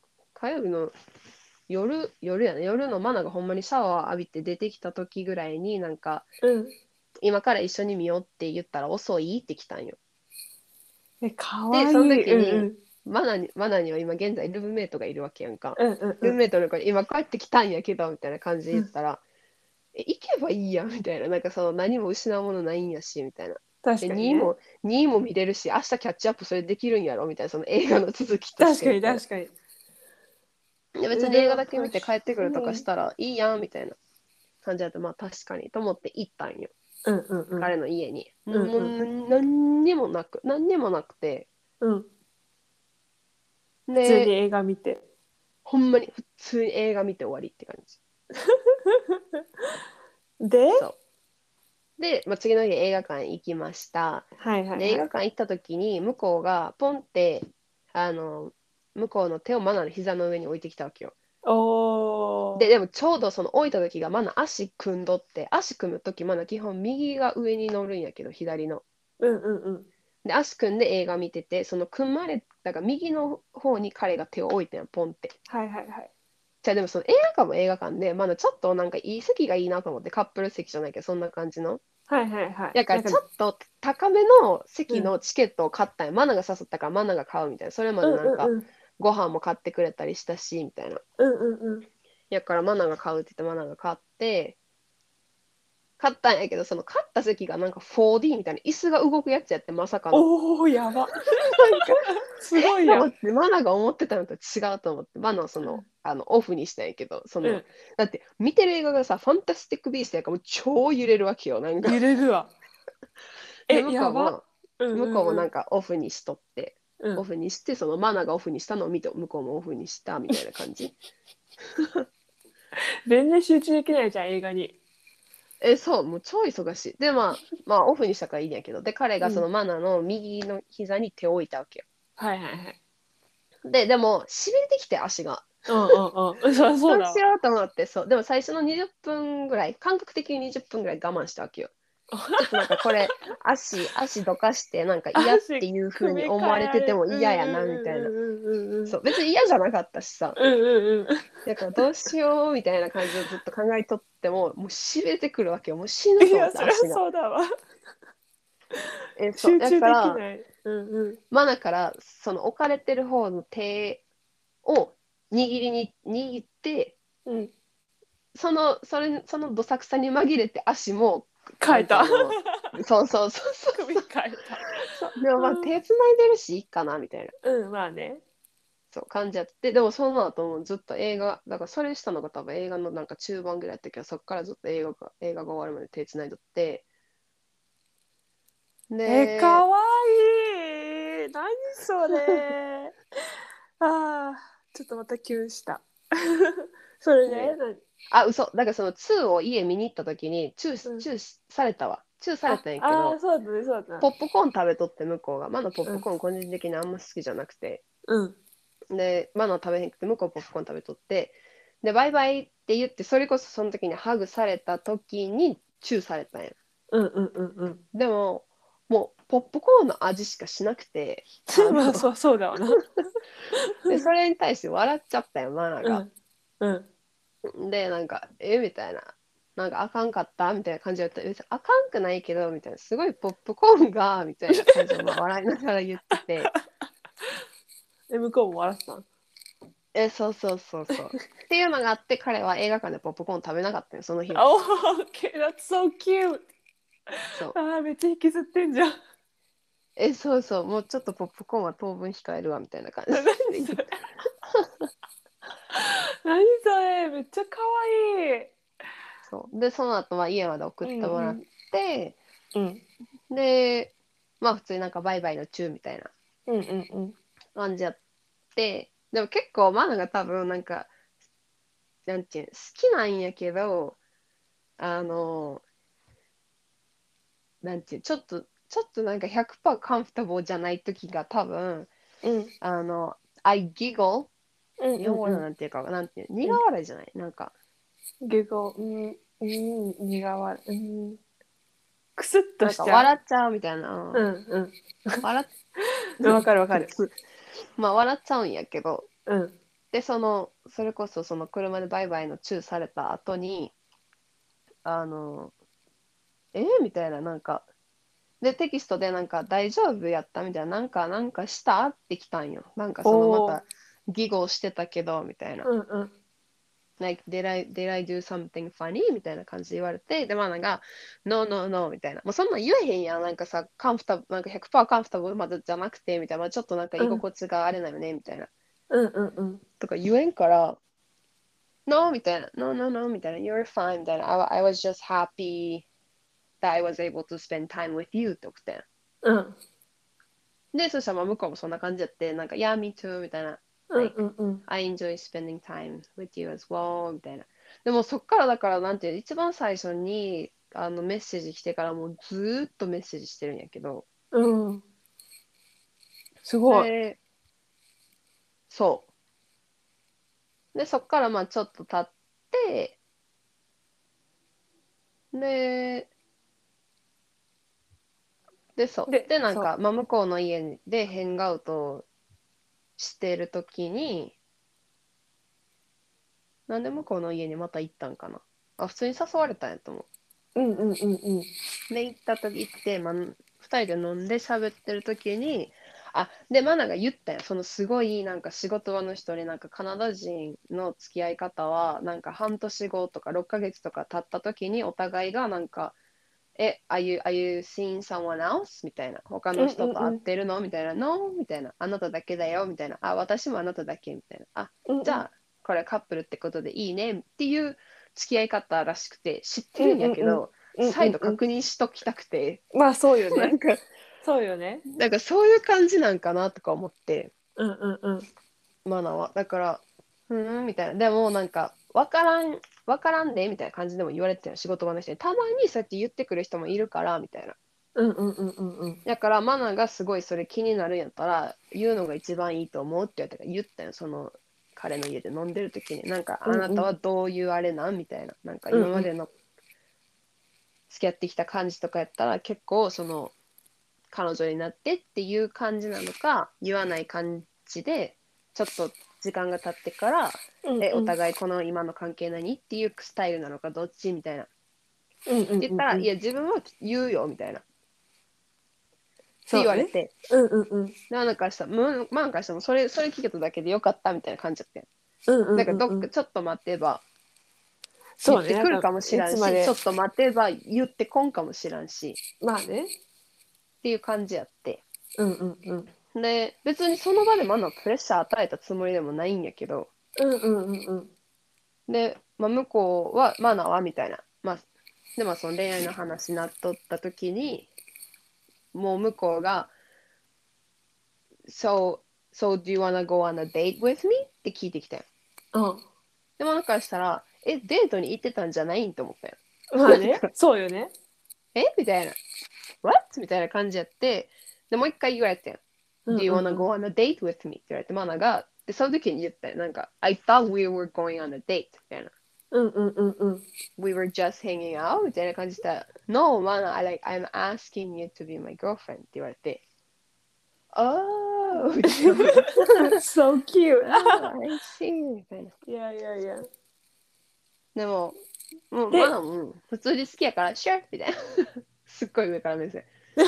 火曜日の夜、夜やね、夜のマナがほんまにシャワー浴びて出てきた時ぐらいになんか、 うん。 今から一緒に見ようって言ったら遅いって来たんよ。 え、かで、 わいい。 その時に、 うんうん。 マナに、マナには今現在ルームメイトがいるわけやんか。 うんうんうん。 ルームメイトの子に今帰ってきたんやけど、みたいな感じでうん。 言ったら、え、行けばいいやん、みたいな。なんかその何も失うものないんやし、みたいな。で、 確かににね。 も、にも見れるし、明日キャッチアップそれできるんやろ、みたいな。その映画の続きとして、 確かにみたいな。 確かに。 いや、別に映画うわ、 だけ見て帰ってくうるとかしん。 たらいいやん、みたいな感じだと、まあ確かにと思って行ったんよ。 うんうんうん。 彼の家に。もうんうん。 う何にもなく、何にもなくて。 うん。普通にで、 映画見て。 ほんまに普通に映画見て終わりって感じ。 で、 そう。で、まあ、次の日映画館行きました。で、映画はいはいはい。 館行った時に、向こうがポンって、あの、向こうの手をマナの膝の上に置いてきたわけよ。で、 おー。 でもちょうどその置いた時がマナ足組んどって、足組む時マナ基本右が上に乗るんやけど、左の。 うんうんうん。 で、足組んで映画見てて、その組まれたが右の方に彼が手を置いてん、ポンって。 はいはいはい。 じゃあでもその映画館も映画館で、まだちょっとなんかいい席がいいなと思って、カップル席じゃないけど、そんな感じの。 はいはいはい。 だからなんか、 ちょっと高めのうん。 席のチケットを買ったんや。マナが誘ったからマナが買うみたいな。それまうんでなんかうんうん。 ご飯も買ってくれたりしたし、みたいな。 うんうんうん。 やからマナが買うって言ってマナが買って、買ったんやけど、その買った席がなんか フォーディー みたいな椅子が動くやつやって、まさかの。 おー、やば。 なんか、 すごいやん。 と思って、マナが思ってたのと違うと思って、マナをその、あの、オフにしたんやけど、その、 うん。 だって見てる映画がさ、ファンタスティック・ビーストやからもう超揺れるわけよ、なんか。 揺れるわ。 で、 え、 向こやば。 うも、 うん向こうもなんうんうん。 かオフにしとって、 うん。 オフにして、そのマナがオフにしたのを見て、向こうもオフにしたみたいな感じ。 全然集中できないじゃん、映画に。 え、そう、もう超忙しい。で、まあ、まあ、オフにしたからいいんやけど、で、彼がそうん。 のマナの右の膝に手を置いたわけよ。 はいはいはい。 で、でも、しびれてきて、足が。 うんうんうん。そりゃそうだわ。 どうしようと思って、そう。でも最初のにじゅっぷんぐらい、感覚的ににじゅっぷんぐらい我慢したわけよ。ちょっとなんかこれ、足、足どかして、なんか嫌って足いう風に組み思われてて替えられる。うんも嫌やな、みたいな。 うんうんうんうんうんうん。 そう。別に嫌じゃなかったしさ。 うんうんうん。 だからどうしようみたいな感じでずっと考えとっても、もうしびれてくるわけよ。もう死ぬと思っいや、そりゃて足が。 そうだわ。 え、そう。だ集中から、 できない。うんうん。 マナからその置かれてる方の手を握りに、握って、 うん。 その、それ、そのどさくさに紛れて足も、なんか変えた。 あの、そうそうそうそう組みそう。 替えた。 そうでもまあうん。 手つないでるしいいかなみたいな。 うん、まあね。 そう感じやって、でもその後もずっと映画、だからそれしたのが多分映画のなんか中盤ぐらいやったけど、そっからずっと映画が、映画が終わるまで手つないどって、 え、かで、 わいい。何それ。ああ、ちょっとまたキュンした。それで、 で、な、 あ、嘘。だからそのツーを家見に行った時に、チュー、 うん。 チューされたわ。チューされあ、 たんやけああ、 ど、 そうだね、そうだね。 ポップコーン食べとって向こうが、まだポッうん、 プコーン個人的にあんま好きじゃなくて、 うん、 で、マナ食べへんくて、向こうポップコーン食べとって、で、バイバイって言って、それこそその時にハグされた時にチューされたんや。 うん、うん、うん、うん。 でも、もう、ポップコーンの味しかしなくて、あの、 まあ、そう、そうだわな。 で、それに対して笑っちゃったよ、マナが。 うん、うん。 で、なんか、えみたいな。なんか、あかんかったみたいな感じだったら、別にあかんくないけど、みたいな。すごいポップコーンが、みたいな感じを、まあ、笑いながら言ってて、 え、向こうも笑ってたん？ え、そうそうそうそう。っていうのがあって、彼は映画館でポップコーン食べなかったよ、その日は。 おー、okay, that's so cute. そう。 ああ、めっちゃ引きずってんじゃん。 え、そうそう、もうちょっとポップコーンは当分控えるわ、みたいな感じ何で言って。 それ。何それ、めっちゃ可愛い。 そう。で、その後は家まで送っうんてもらっうんて、 うんで、まあ普通になんかバイバイのチューみたいなうんうんうん。 感じやって、でも結構マナが多分なんか、なんていうの、好きなんやけど、あの、なんていう、ちょっと、ちょっとなんかひゃくパーセントカンフタボーじゃない時が多分、 うんあの、I giggle うん日本語でうんなんていうか、なんていう、苦うん。 笑いじゃないなんか、 ゲゴ、うん、うん、苦笑い、うん。くすっとなんかしちゃう。 笑っちゃうみたいな、うんうんうん。 笑っ、 わかるわかる。 普通。まあ笑っちゃうんやけど、 うんで、その、それこそその車でバイバイのチューされた後に、あの、えみたいな、なんか、で、テキストでなんか大丈夫やったみたいな、なんか、なんかしたってきたんよ。なんかそのまおー。 た、ギゴしてたけど、みたいな。 うんうん。 like, did I, did I do something funny? みたいな感じで言われて、で、まあなんか、no, no, no, みたいな。もうそんなん言えへんやん。なんかさ、カンフタ、なんかひゃくパーセントカンフタブルまでじゃなくて、みたいな。まあちょっとなんか居うん心地があれなよね、みたいな。 うんうんうん。 とか言えんから、no, みたいな。no, no, no, みたいな。you're fine, みたいな。I, I was just happy that I was able to spend time with you って送ってん。 うんで、そしたらまあ向こうもそんな感じやって、なんか、yeah, me too, みたいな。 うん like, うんうん。 I enjoy spending time with you as well, みたいな。でもそっからだから、なんていう、一番最初にあのメッセージ来てからもうずーっとメッセージしてるんやけど、 うん。すごい。 で、そう。で、そっからまあちょっと経って、で、で、そう。 で、 で、なんそか、まあ向こうの家でヘンガウトしてるときに、なんで向こうの家にまた行ったんかな。あ、普通に誘われたんやと思う。 う。うんうんうんうん。 で、行った時行って、まあ、二人で飲んで喋ってる時に、あ、で、マナが言ったよ。そのすごい、なんか仕事場の人になんかカナダ人の付き合い方は、なんか半年後とかろっかげつとか経った時にお互いがなんか、え、are you, are you seeing someone else? みたいな。他うんの人と会っうんうん。 てるのみたいな。No? みたいな。あなただけだよみたいな。あ、私もあなただけみたいな。あ、 うんうん。 じゃあ、これカップルってことでいいねっていう付き合い方らしくて、知ってうんるんうんうん。 やけど、 うんうんうん。 再度確認しときたくて、 まあそうよね。 なんか、 そうよね。 なんかそういう感じなんかなとか思って、 うんうんうん。 マナは。だから、ふーん、みたいな。でもなんか、わからん、わからんで、みたいな感じでも言われてたよ、仕事場の人に。たまにそうやって言ってくる人もいるから、みたいな。 うんうんうんうんうん。 だから、マナがすごいそれ気になるんやったら、言うのが一番いいと思うって言ったから言ったよ、その、彼の家で飲んでる時に。なんか、あなたはうんうんどういうあれなんみたいな。なんか、 うんうん。 今までの付き合ってきた感じとかやったら、結構、その、彼女になってっていう感じなのか、言わない感じで、ちょっと時間が経ってから、え、おうんうん互いこの今の関係何っていうスタイルなのか、どっちみたいな。ってうんうん言ったら、いうんうん。 や、自分は言うよ、みたいな。ってそうね。 言われて、 うんうんうん。 なんだかしたら、むマンからしても、それ、それ聞けただけでよかったみたいな感じだったよ。 うんうんだから、どっか、 うんうん。 ちょっと待てば、言そうね。なんかってくるかもしいらんし、ちつまで。 ょっと待てば言ってこんかもしらんし、 まあね。 っていう感じやって。 うんうんうん。 で、別にその場でマナプレッシャー与えたつもりでもないんやけど、 うんうんうんうん。 で、まあ、向こうは、マナーはみたいな。まあ、で、まあ、その恋愛の話になっとった時に、もう向こうが、So, so do you wanna go on a date with me? って聞いてきたよ。でも、だからしたら、え、デートに行ってたんじゃないんと思ったよ。 うん。まあね。 なんか、 そうよね。 えみたいな。What? みたいな感じやって、で、もう一回言われてん。 うん Do you うんう wanna ん。 go on a date with me? って言われて、マナが、で、その時に言ったよ。なんか、I thought we were going on a date みたいな。 うんうんうんうん。 We were just hanging out みたいな感じで、No, man, I like, I'm asking you to be my girlfriend って言われて、Oh! みたいな。 So cute. Oh, I see! みたいな。 いやいやいや。 でも、もう、まで、 だ、うん、普通に好きやから、Sure! みたいな。すっごい上から目線。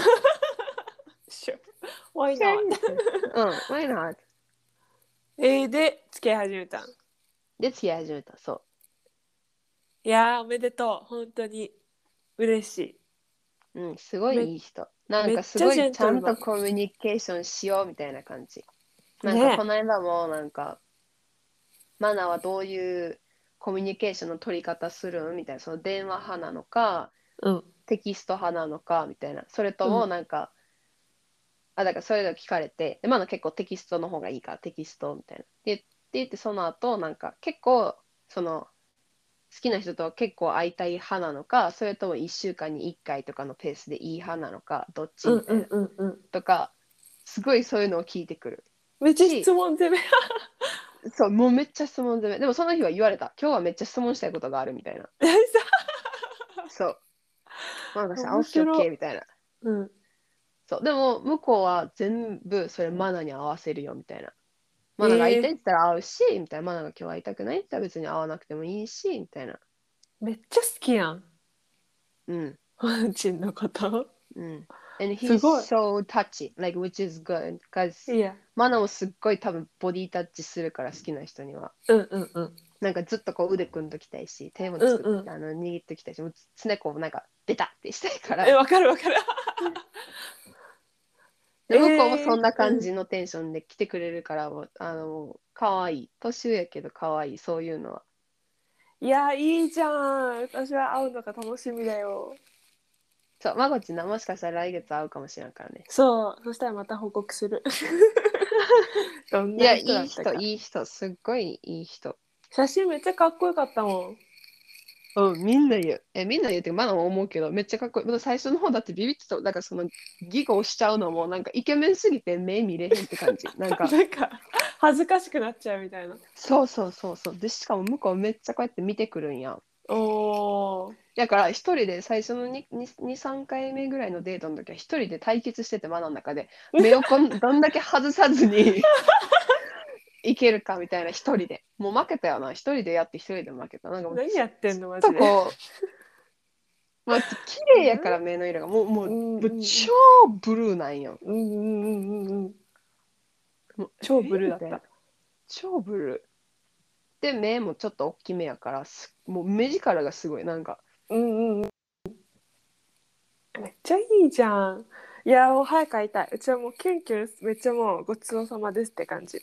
Sure. Why Sure! not? みたいな。うん、Why not? えー、で、付き合い始めたん。 で、付き合い始めた。そいやー、おめでとう。本当に嬉しう。うん、すごい。め、 いいい人。なんめっかすちゃジェごいちゃントルマン。 んとコミュニケーションしようみたいな感じ。なんかこねの間もなんか、マナはどういうコミュニケーションの取り方するんみたいな、その電話派なのか、 うん。 テキスト派なのかみたいな。それとうん。 もなんか、あ、だからそれが聞かれて、で、マナ結構テキストの方がいいから、テキストみたいな。で、って言って、その後、なんか結構、その、好きな人とは結構会いたい派なのか、それともいっしゅうかんにいっかいとかのペースでいい派なのか、どっちうんうんみたいな。 うんうん。 とか、すごいそういうのを聞いてくるめっちゃ質し、 問攻め。 そう、もうめっちゃ質問攻め。でもその日は言われた。今日はめっちゃ質問したいことがあるみたいな。そう。なんかしたら、オッケーオッ面白い。 ケーみたいな。 うん。 そう。でも、向こうは全部それマナに合わせるよみたいな。 マナが会いえー、 たいって言ったら会うし、みたいな。マナが今日会いたくないって言ったら別に会わなくてもいいし、みたいな。 めっちゃ好きやん。 うん。 ワンちんのこと。 うん。And す he's ごい。 so touchy, like, which is good. Because いや、 マナもすっごい多分ボディタッチするから好きな人には。 うんうんうん。 なんかずっとこう腕組んどきたいし、手もつく、 うんうん。 あの握っときたいし、もう常こうなんかベタってしたいかえ、 ら。 わかるわかる。 で、向こうもそんなえー、うん。 感じのテンションで来てくれるから、もうあの、可愛い。年上やけど可愛い、そういうのは。 いや、いいじゃん。私は会うのが楽しみだよ。 そう、まこちんな、もしかしたら来月会うかもしれんからね。 そう、そしたらまた報告する。どんいや、いな人だい人、 ったか。 いい人、すっごいいい人。 写真めっちゃかっこよかったもん。 うん、みんな言う。え、みんな言うってまだ思うけど、めっちゃかっこいい。まだ最初の方だってビビってた。だからその、ギゴしちゃうのも、なんかイケメンすぎて目見れへんって感じ。なんか、 なんか恥ずかしくなっちゃうみたいな。 そうそうそうそう。で、しかも向こうめっちゃこうやって見てくるんや。 おー。 だから一人で最初のに、に、さんかいめぐらいのデートの時は一人で対決してて、マナの中で。目をこんどんだけ外さずにいけるかみたいな一人で。もう負けたよな。一人でやって一人で負けた。なんかもうず何やってんずっとのマジで。 こう、まあ、綺麗やからうん目の色が。もう、もう、 うんもううん超ブルーなんよ。 うんうんうんうんうん。 もう、 超えみたいな。 ブルーだった。 超ブルー。で、目もちょっと大きめやから、すもう目力がすごい。なんか、 うんうん。めっちゃいいじゃん。いや、もう早く会いたい。うちはもうキュンキュンめっちゃもうごちそうさまですって感じ。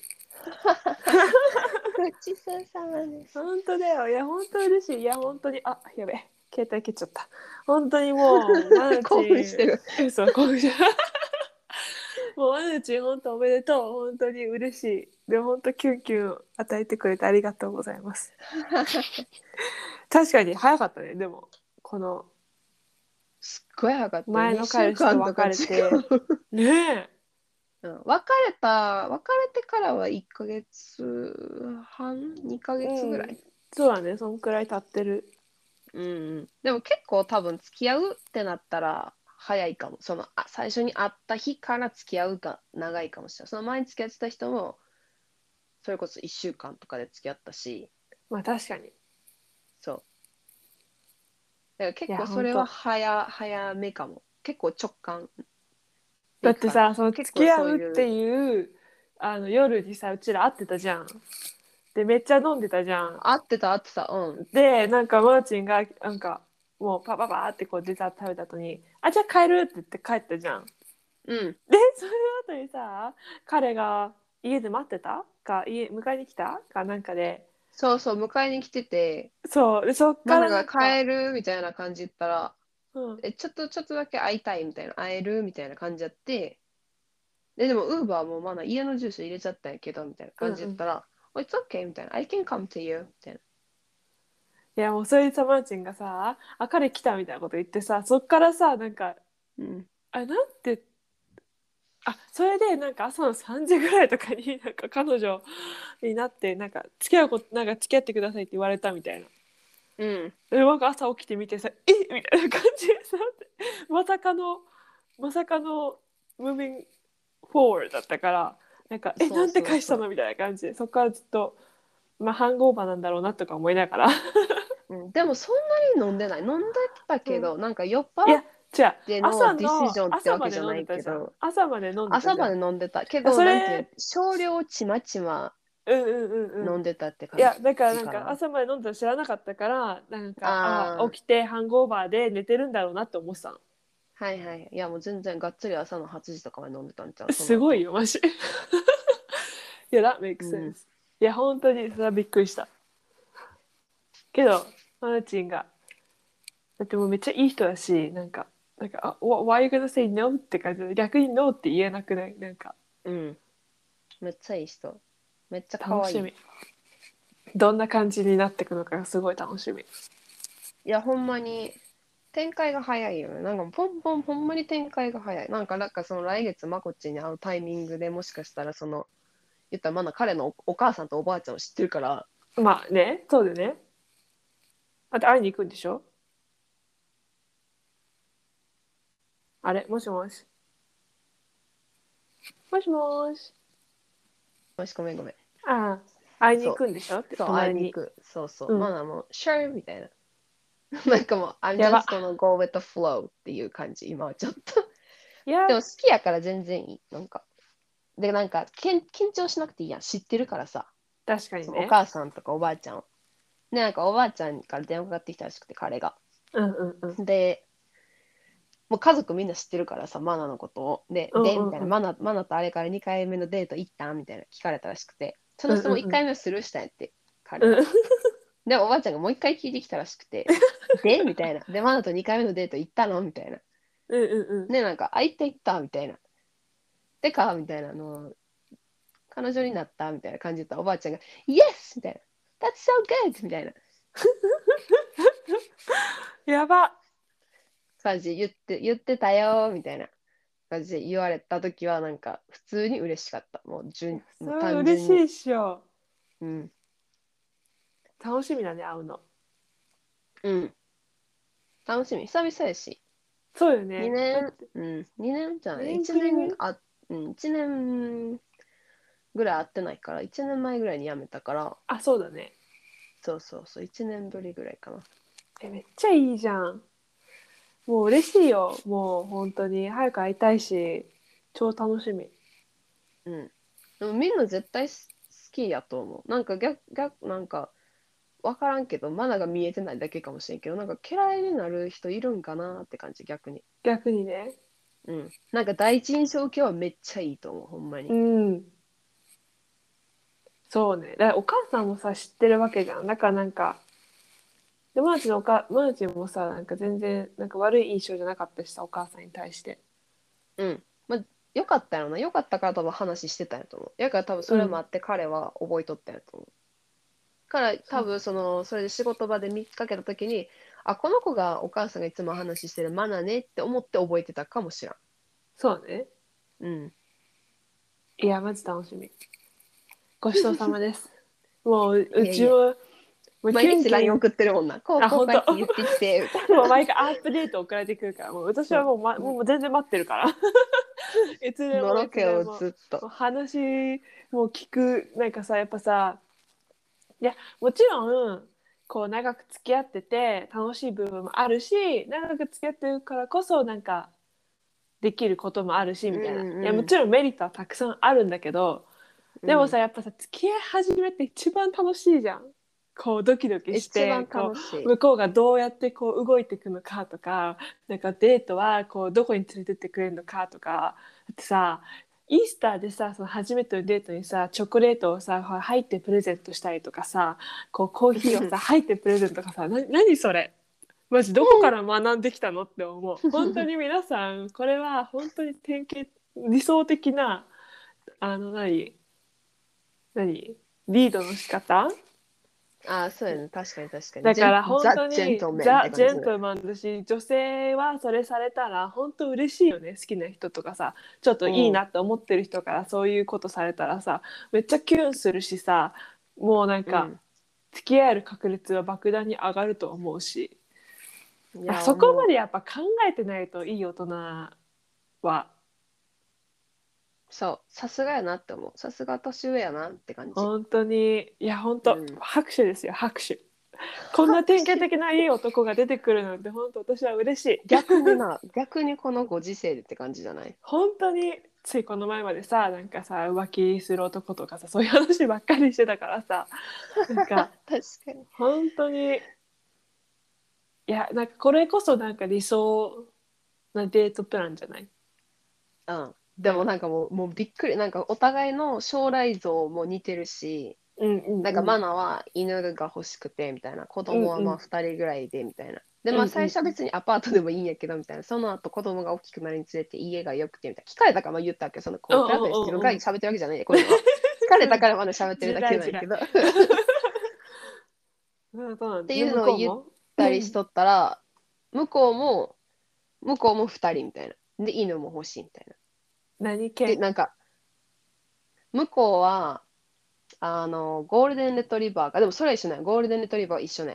ごちそうさまです。 本当だよ。いや、本当嬉しい。いや、本当に、あ、やべえ。携帯切っちゃった。本当にもう、マナチ興奮してン、 る。 嘘、興奮した。もう、マナチン、本当おめでとう。本当に嬉しい。でも、本当キュンキュン与えてくれてありがとうございます。確かに早かったね。でも、このすっごい早かったよ。 前の 2週彼氏と間とか違別れて、 う。 ねえ。 うん、別れた、別れてからはいっかげつはん、にかげつぐうん。 らい。 そうだね。そんくらい経ってる。 うんうん。でも結構多分付き合うってなったら早いかも。その、あ、最初に会った日から付き合うが長いかもしれない。その前に付き合ってた人も、それこそいっしゅうかんとかで付き合ったし、 まあ、確かに。いそう。だから結や、 構それは本当。 早、早めかも。結構直感でいくかな。 だってさ、その結構付き合うってそういう、 いうあの夜にさ、うちら会ってたじゃん。で、めっちゃ飲んでたじゃん。 合ってた合ってた、うん。 で、なんかマーチンがなんかもうパパパーってこうデザート食べた後に、あ、じゃあ帰るって言って帰ったじゃん。 うん。 で、その後にさ、彼が家で待ってたか、家迎えに来たかなんかで、 そうそう、迎えに来てて、 そう、で、そっからマナがなんか、 帰るみたいな感じ言ったら、 うん、 え、ちょっと、ちょっとだけ会いたいみたいな、会えるみたいな感じやって、で、でも、ウーバーもまだ家の住所入れちゃったんやけど、みたいな感うんうん。 じやったら、oh, It's okay みたいな、I can come to you みたいな。 いやもうそれでさ、マーチンがさ、あ、彼来たみたいなこと言ってさ、そっからさ、なんか、 うん。 あ、なんて、あ、それでなんか朝のさんじぐらいとかになんか彼女になってなんか付き合うことなんか付き合ってくださいって言われたみたいな。 うん。 でなんか朝起きてみてさ、えみたいな感じでさ、まさかのまさかのムービングフォワードだったから、なんかえそうなんてそうそう。 返したのみたいな感じで、そっからずっとまあハングオーバーなんだろうなとか思いながら。 うん、でも、そんなに飲んでない。飲んでたうん、 けど、なんか酔っ払っいや違う、 ての朝ディシジョンっての朝までわけじゃない飲んでたじゃん。 けど、 朝まで飲んでたじゃん。い朝まで飲んでたけやど、なんていう、 それ、 少量ちまちまうんうんうんうん。 飲んでたって感いやだからなんかじかな。 朝まで飲んだの知らなかったから、なんかあああ、 起きてハングオーバーで寝てるんだろうなって思ってたの。 はいはい。いや、もう全然がっつり朝のはちじとかまで飲んでたんちゃう、そのすごい後。 よマジ。いや that makes うん。 sense。いや本当にそれはびっくりしたけど、マナチンがだってもうめっちゃいい人だし、なんかなんかあ why are you gonna say no って感じで、逆に no って言えなくない？なんかうん。めっちゃいい人。めっちゃ可愛い。 楽しみ。どんな感じになっていくのかがすごい楽しみ。 いや、ほんまに、展開が早いよね。なんかポンポン、ほんまに展開が早い。なんか、なんかその来月、まこっちに会うタイミングでもしかしたら、その、言ったらまだ彼のお、お母さんとおばあちゃんを知ってるから、 まあね、そうでね。あと会いに行くんでしょ？あれもしもしもしもし。 よし、ごめんごめん。 ああ、会いに行そう、 くんでしょって、 そう、 たまに。 会いに行く。そうそう。 うん。 マナも、sure みたいな。なんかもう、I'm や just ば。 gonna go with the flow っていう感じ、今はちょっと。 いや、 でも好きやから全然いい。なんか。で、なんか、けん緊張しなくていいやん。知ってるからさ。そのお確かにね。 母さんとかおばあちゃんを。で、なんかおばあちゃんから電話かかってきたらしくて、彼が。 うんうんうん。 で、もう家族みんな知ってるからさ、マナのことを。で、 うんで、みたいな、 うんうん。 マナ、マナとあれからにかいめのデート行ったみたいな聞かれたらしくて、その質問1 うんうんうん。 回目をスルーしたんやって、彼は。 うんで、おばあちゃんがもう一回聞いてきたらしくて、でみたいな。で、マナとにかいめのデート行ったのみたいな。 うんうんうん。 で、なんか、あ、行った行ったみたいな。でかみたいなの、彼女になったみたいな感じで言ったらおばあちゃんが、Yes! みたいな。That's so good! みたいなやば。 感じで言って、言ってたよみたいな感じで言われたときは、なんか、普通に嬉しかった。もう、純、もうそれ単純に。 嬉しいっしょ。 うん。 楽しみだね、会うの。 うん。楽しみ。久々やし。 そうよね。だっ 2 て、 年、うん、にねんじゃない。 年 1 ぶりぐらい。 年あ、うん、いちねんぐらい会ってないから、いちねんまえぐらいに辞めたから、 あ、そうだね。 そうそうそう、いちねんぶりぐらいかな。 え、めっちゃいいじゃん。もう嬉しいよ。もう本当に早く会いたいし、超楽しみ。 うん。でもみんな絶対好きやと思う。なんか逆、逆、なんか、わからんけど、マナが見えてないだけかもしれんけど、なんか嫌いになる人いるんかなって感じ、逆に。 逆にね。 うん。なんか第一印象系はめっちゃいいと思う、ほんまうに。 ん。そうね。だからお母さんもさ、知ってるわけじゃん。だからなんか、で、マーチのおか、マーチもさ、なんか全然、なんか悪い印象じゃなかったしさ、お母さんに対して。 うん。まあ、よかったよな。よかったから多分話してたんやと思う。やから多分そうん。 れもあって彼は覚えとったんやと思う。から多そう。 分その、それで仕事場で見かけた時に、あ、この子がお母さんがいつも話してるマナねって思って覚えてたかもしらん。 そうね。 うん。 いや、マジ楽しみ。ごちそうさまです。もう、ういやいや。 ちも、もうキ毎日ュンキラインュン、 送ってるもんな。こうあ、 こう本当。 こうやって言ってきて、みたいもうな。 毎回アップデート送られてくるから、もう私はそもう、ま、 う。 もう全然待ってるから。いつでのもいろけをつでも。 ずっと。 もう話、もう聞く、なんかさ、やっぱさ、いや、もちろん、こう長く付き合ってて楽しい部分もあるし、長く付き合ってるからこそなんかできることもあるしうみたいな。いんや、もうん。 ちろんメリットはたくさんあるんだけど、でもうん。 さ、やっぱさ、付き合い始めて一番楽しいじゃん。こうドキドキし一番て、こ楽しい。 う向こうがどうやってこう動いていくのかとか、なんかデートはこうどこに連れてってくれるのかとか。だってさ、イースターでさ、その初めてのデートにさ、チョコレートをさ、ほら入ってプレゼントしたりとかさ、こうコーヒーをさ、入ってプレゼントとかさ、な、何それ。マジどこから学んできたのって思う。本当に皆さん、これは本当に典型、理想的な、あの何、何リードの仕方。 ああ、そうやね。確かに確かに。 だジェン、 から本ザ・ジェン当にトルメンっザ・て感じね。 ジェントルマンだし、女性はそれされたら本当嬉しいよね。好きな人とかさ、ちょっといいうん。 なって思ってる人からそういうことされたらさ、めっちゃキュンするしさ、もうなんかうん。 付き合える確率は莫大に上がると思うし、 いや、 あ、そこまもう、 でやっぱ考えてないといい大人はそう。さすがやなって思う。さすが年上やなって感じ。 本当に、いや本当うん。 拍手ですよ、拍手。こんな典型拍手。 的ないい男が出てくるなんて本当私は嬉しい。 逆にな、逆にこのご時世でって感じじゃない？ 本当についこの前までさ、なんかさ、浮気する男とかさ、そういう話ばっかりしてたからさ、なんか確かに。 本当に、いや、なんかこれこそなんか理想なデートプランじゃない？ うん。でなんか、 もなんかもう、もうびっくり。なんかお互いの将来像も似てるし、 うんうんなんかうんマナは犬が欲しくてみたいな。子供はまあうんうんふたりぐらいでみたいな。で、まあうんうん最初は別にアパートでもいいんやけどみたいな。その後子供が大きくなるにつれて家が良くてみたいな。聞かれたからまあ言ったわけよ。そのこう、 うんうフラットに自分んうんうん。 から喋ってるわけじゃないね、こういうのは。聞かれたからまだ喋ってるだけ地雷地雷。 なんやけど。っうん、そうなんてで、 いうのを言っ向こうも、 たりしとったら、向こうも、向こうもふたりみたいな。で、犬も欲しいみたいな。で、 何犬？ なんか、向こうは、あの、ゴールデンレトリバーか、でもそれは一緒なんや。ゴールデンレトリバーは一緒なんや。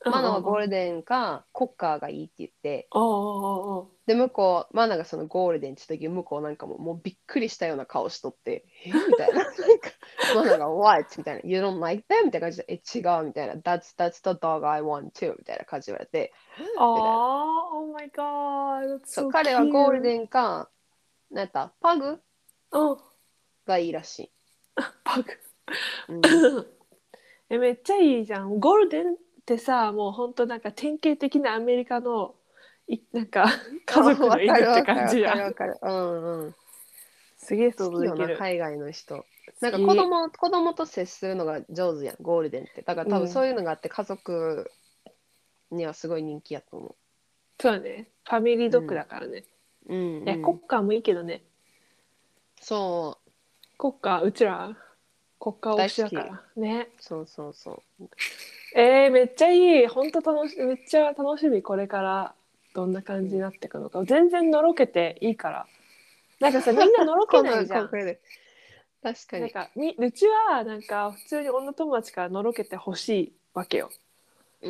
マナはゴールン。 デンかコッカーがいいって言って、 おうおうおうおう。 で、向こう、マナがそのゴールデンって言った時、向こうなんかもう、もうびっくりしたような顔しとって、えみたいな。なんか、マナが What? みたいな。You don't like them? みたいな感じで、え、違うみたいな。That's, that's the dog I want too みたいな感じで言われて、 あみたいな。 あ、Oh my god, that's そう、 so 彼はゴール cute. デンか、なんやったパグうん、 がいいらしい。 パグ。 うん。 え、めっちゃいいじゃん。ゴールデンってさ、もうほんとなんか典型的なアメリカのいなんかあ、 家族のわか犬ってるわかるわ感じやん。 かるわかる。うんうん。 すげえ想好きよな、 像できる。 海外の人。なんか子好き。 供、子供と接するのが上手やん、ゴールデンって。だから多分そううん。 いうのがあって家族にはすごい人気やと思そうね。ファミリーう。 ドッグうん。 だからね。 うんいや、 うん。 コッカーもいいけどね。 そう、 コッカー、うちら、コッカー推しだか大好き。 ら。ね。 そうそうそえー、めっちゃいい。ほんと楽し、めっちゃ楽しみ。これからどんな感う。うん、 じになっていくのか。全然のろけていいから。なんかさ、みんなのろけこの、 ないじゃん。 ここで。確かに。 なんか、み、うちは、なんか、普通に女友達からのろけてほしいわけよ。 うん。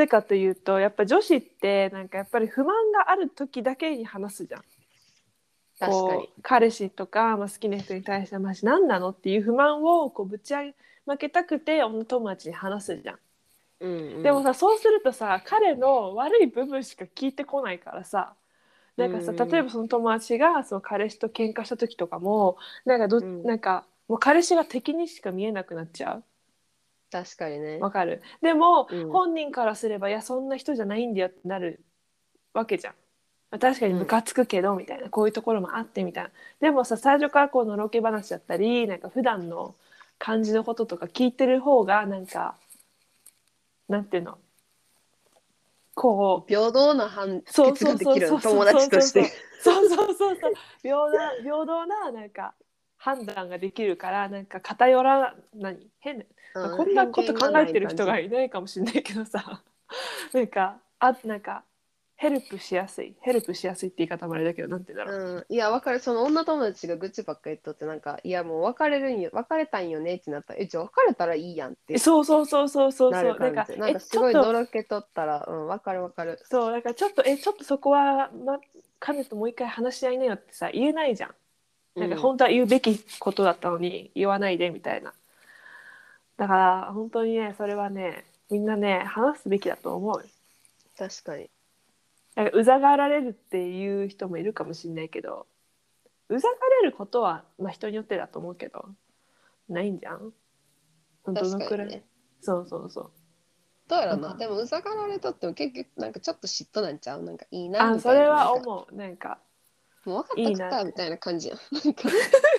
なぜかというと、やっぱ女子って、なんかやっぱり不満がある時だけに話すじゃん。 確かに。 こう、彼氏とか、まあ、好きな人に対して、マジ何なのっていう不満を、こう、ぶち上げたくて、女友達に話すじゃん。 うんうん。 でもさ、そうするとさ、彼の悪い部分しか聞いてこないからさ、 うなんかさ、例えんばその友達がその彼氏と喧嘩した時とかも、なんかど、 うん。 なんかもう彼氏が敵にしか見えなくなっちゃう。 確かにね。 わかる。でもうん。 本人からすれば、いやそんな人じゃないんだよってなるわけじゃん。まあ確かにうん。 ムカつくけどみたいな、こういうところもあってみたいな。でもさ、最初からこうのろけ話だったり、なんか普段の感じのこととか聞いてる方が、なんかなんていうの、こう、 平等な判そうそう決ができるの、 そうそうそ友うそうそう達として。 そうそうそうそう、平等平等ななんか判断ができるから、なんか偏ら何変な、まあ、 うん、 こんな偏見がこと考えない感じ。 てる人がいないかもしれないけどさ、なんかあなんかヘルプしやすいヘルプしやすいって言い方もあれだけど、なんて言うんだろうん。いや、わかる。その女友達が愚痴ばっかり言っとって、なんか、いや、もう別れるんよ、別れたんよねってなったら、え、じゃあ別れたらいいやんっう。 てそうそうそうそうそうなそう、なんかる感じ。なんかすごいのえちょっと、 ろけとったら、うん、わかるわかる。 そうなんかちょっとえちょっとそこは、ま、彼ともう一回話し合いなよってさ言えないじゃん。なんかうん、 本当は言うべきことだったのに言わないでみたいな。だから本当にね、それはね、みんなね話すべきだと思う。 確かに。 なんかうざがられるっていう人もいるかもしれないけど、うざがれることは、まあ、人によってだと思うけど、ないんじゃん。どのくらい。 確かにね。 そうそうそう。 どうやろうな。 だからでも、うざがられとっても結局、なんかちょっと嫉妬なんちゃうなんかいいな、みたいな。 あ、それなんか、 は思う。なんかもう分かったいいなって。 かったみたいな感じやん。なんか、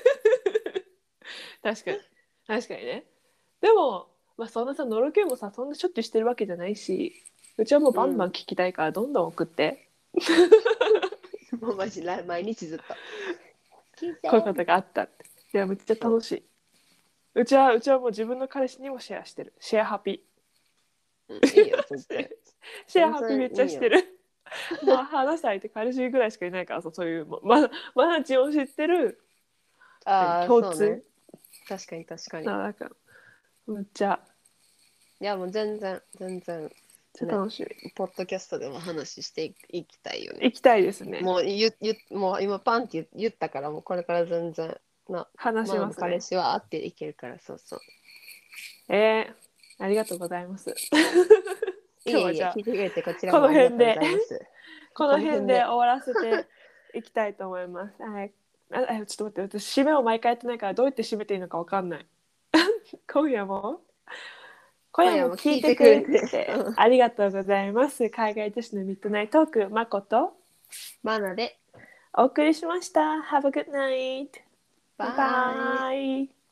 確かに確かにね。でも、まあ、そんなさ、のろけもさ、そんなしょっちゅうしてるわけじゃないし、うちはもううん。 バンバン聞きたいからどんどん送って。 もうマジ、ら毎日ずっと。聞いてこういうことがあったって。いや、めっちゃそ楽しい。うちは、うちはもう自分の彼氏にもシェアしてる。シェアハピ。 う。うん、いいよ、全然。 シェア全ハピめっちゃ然いいよ。 してる。まあ、話す相手彼氏ぐらいしかいないからさ、そういう、ま、マナチを知ってる、何、 ああ、 共通そうね。確かに確かに。いな、なんか、めっちゃ、 や、もう全然、全然、 めっちゃね、 楽しみ。 ポッドキャストでも話していいきたいよね。 行きたいですね。 もう言言もう今パンって言言ったから、もうこれから全然な、 話しマナのますね。 彼氏は会っていけるから、そうそう。 えー、ありがとうございます。 いえいえ、 今日はじゃあ、 聞いてくれてこちらこのもありがとうご辺で、 ざいます。 このこの辺で辺で。 終わらせていきたいと思います。はい。あ、あちょっと待って、私、締めを毎回やってないから、どうやって締めていいのかわかんない。今夜も今夜も今夜も聞いて聞いてくくれて、 れてうん、 ありがとうございます。海外都市のミッドナイトトーク、まことマナで、 お送りしました。Have a good night. バイ。 バイ。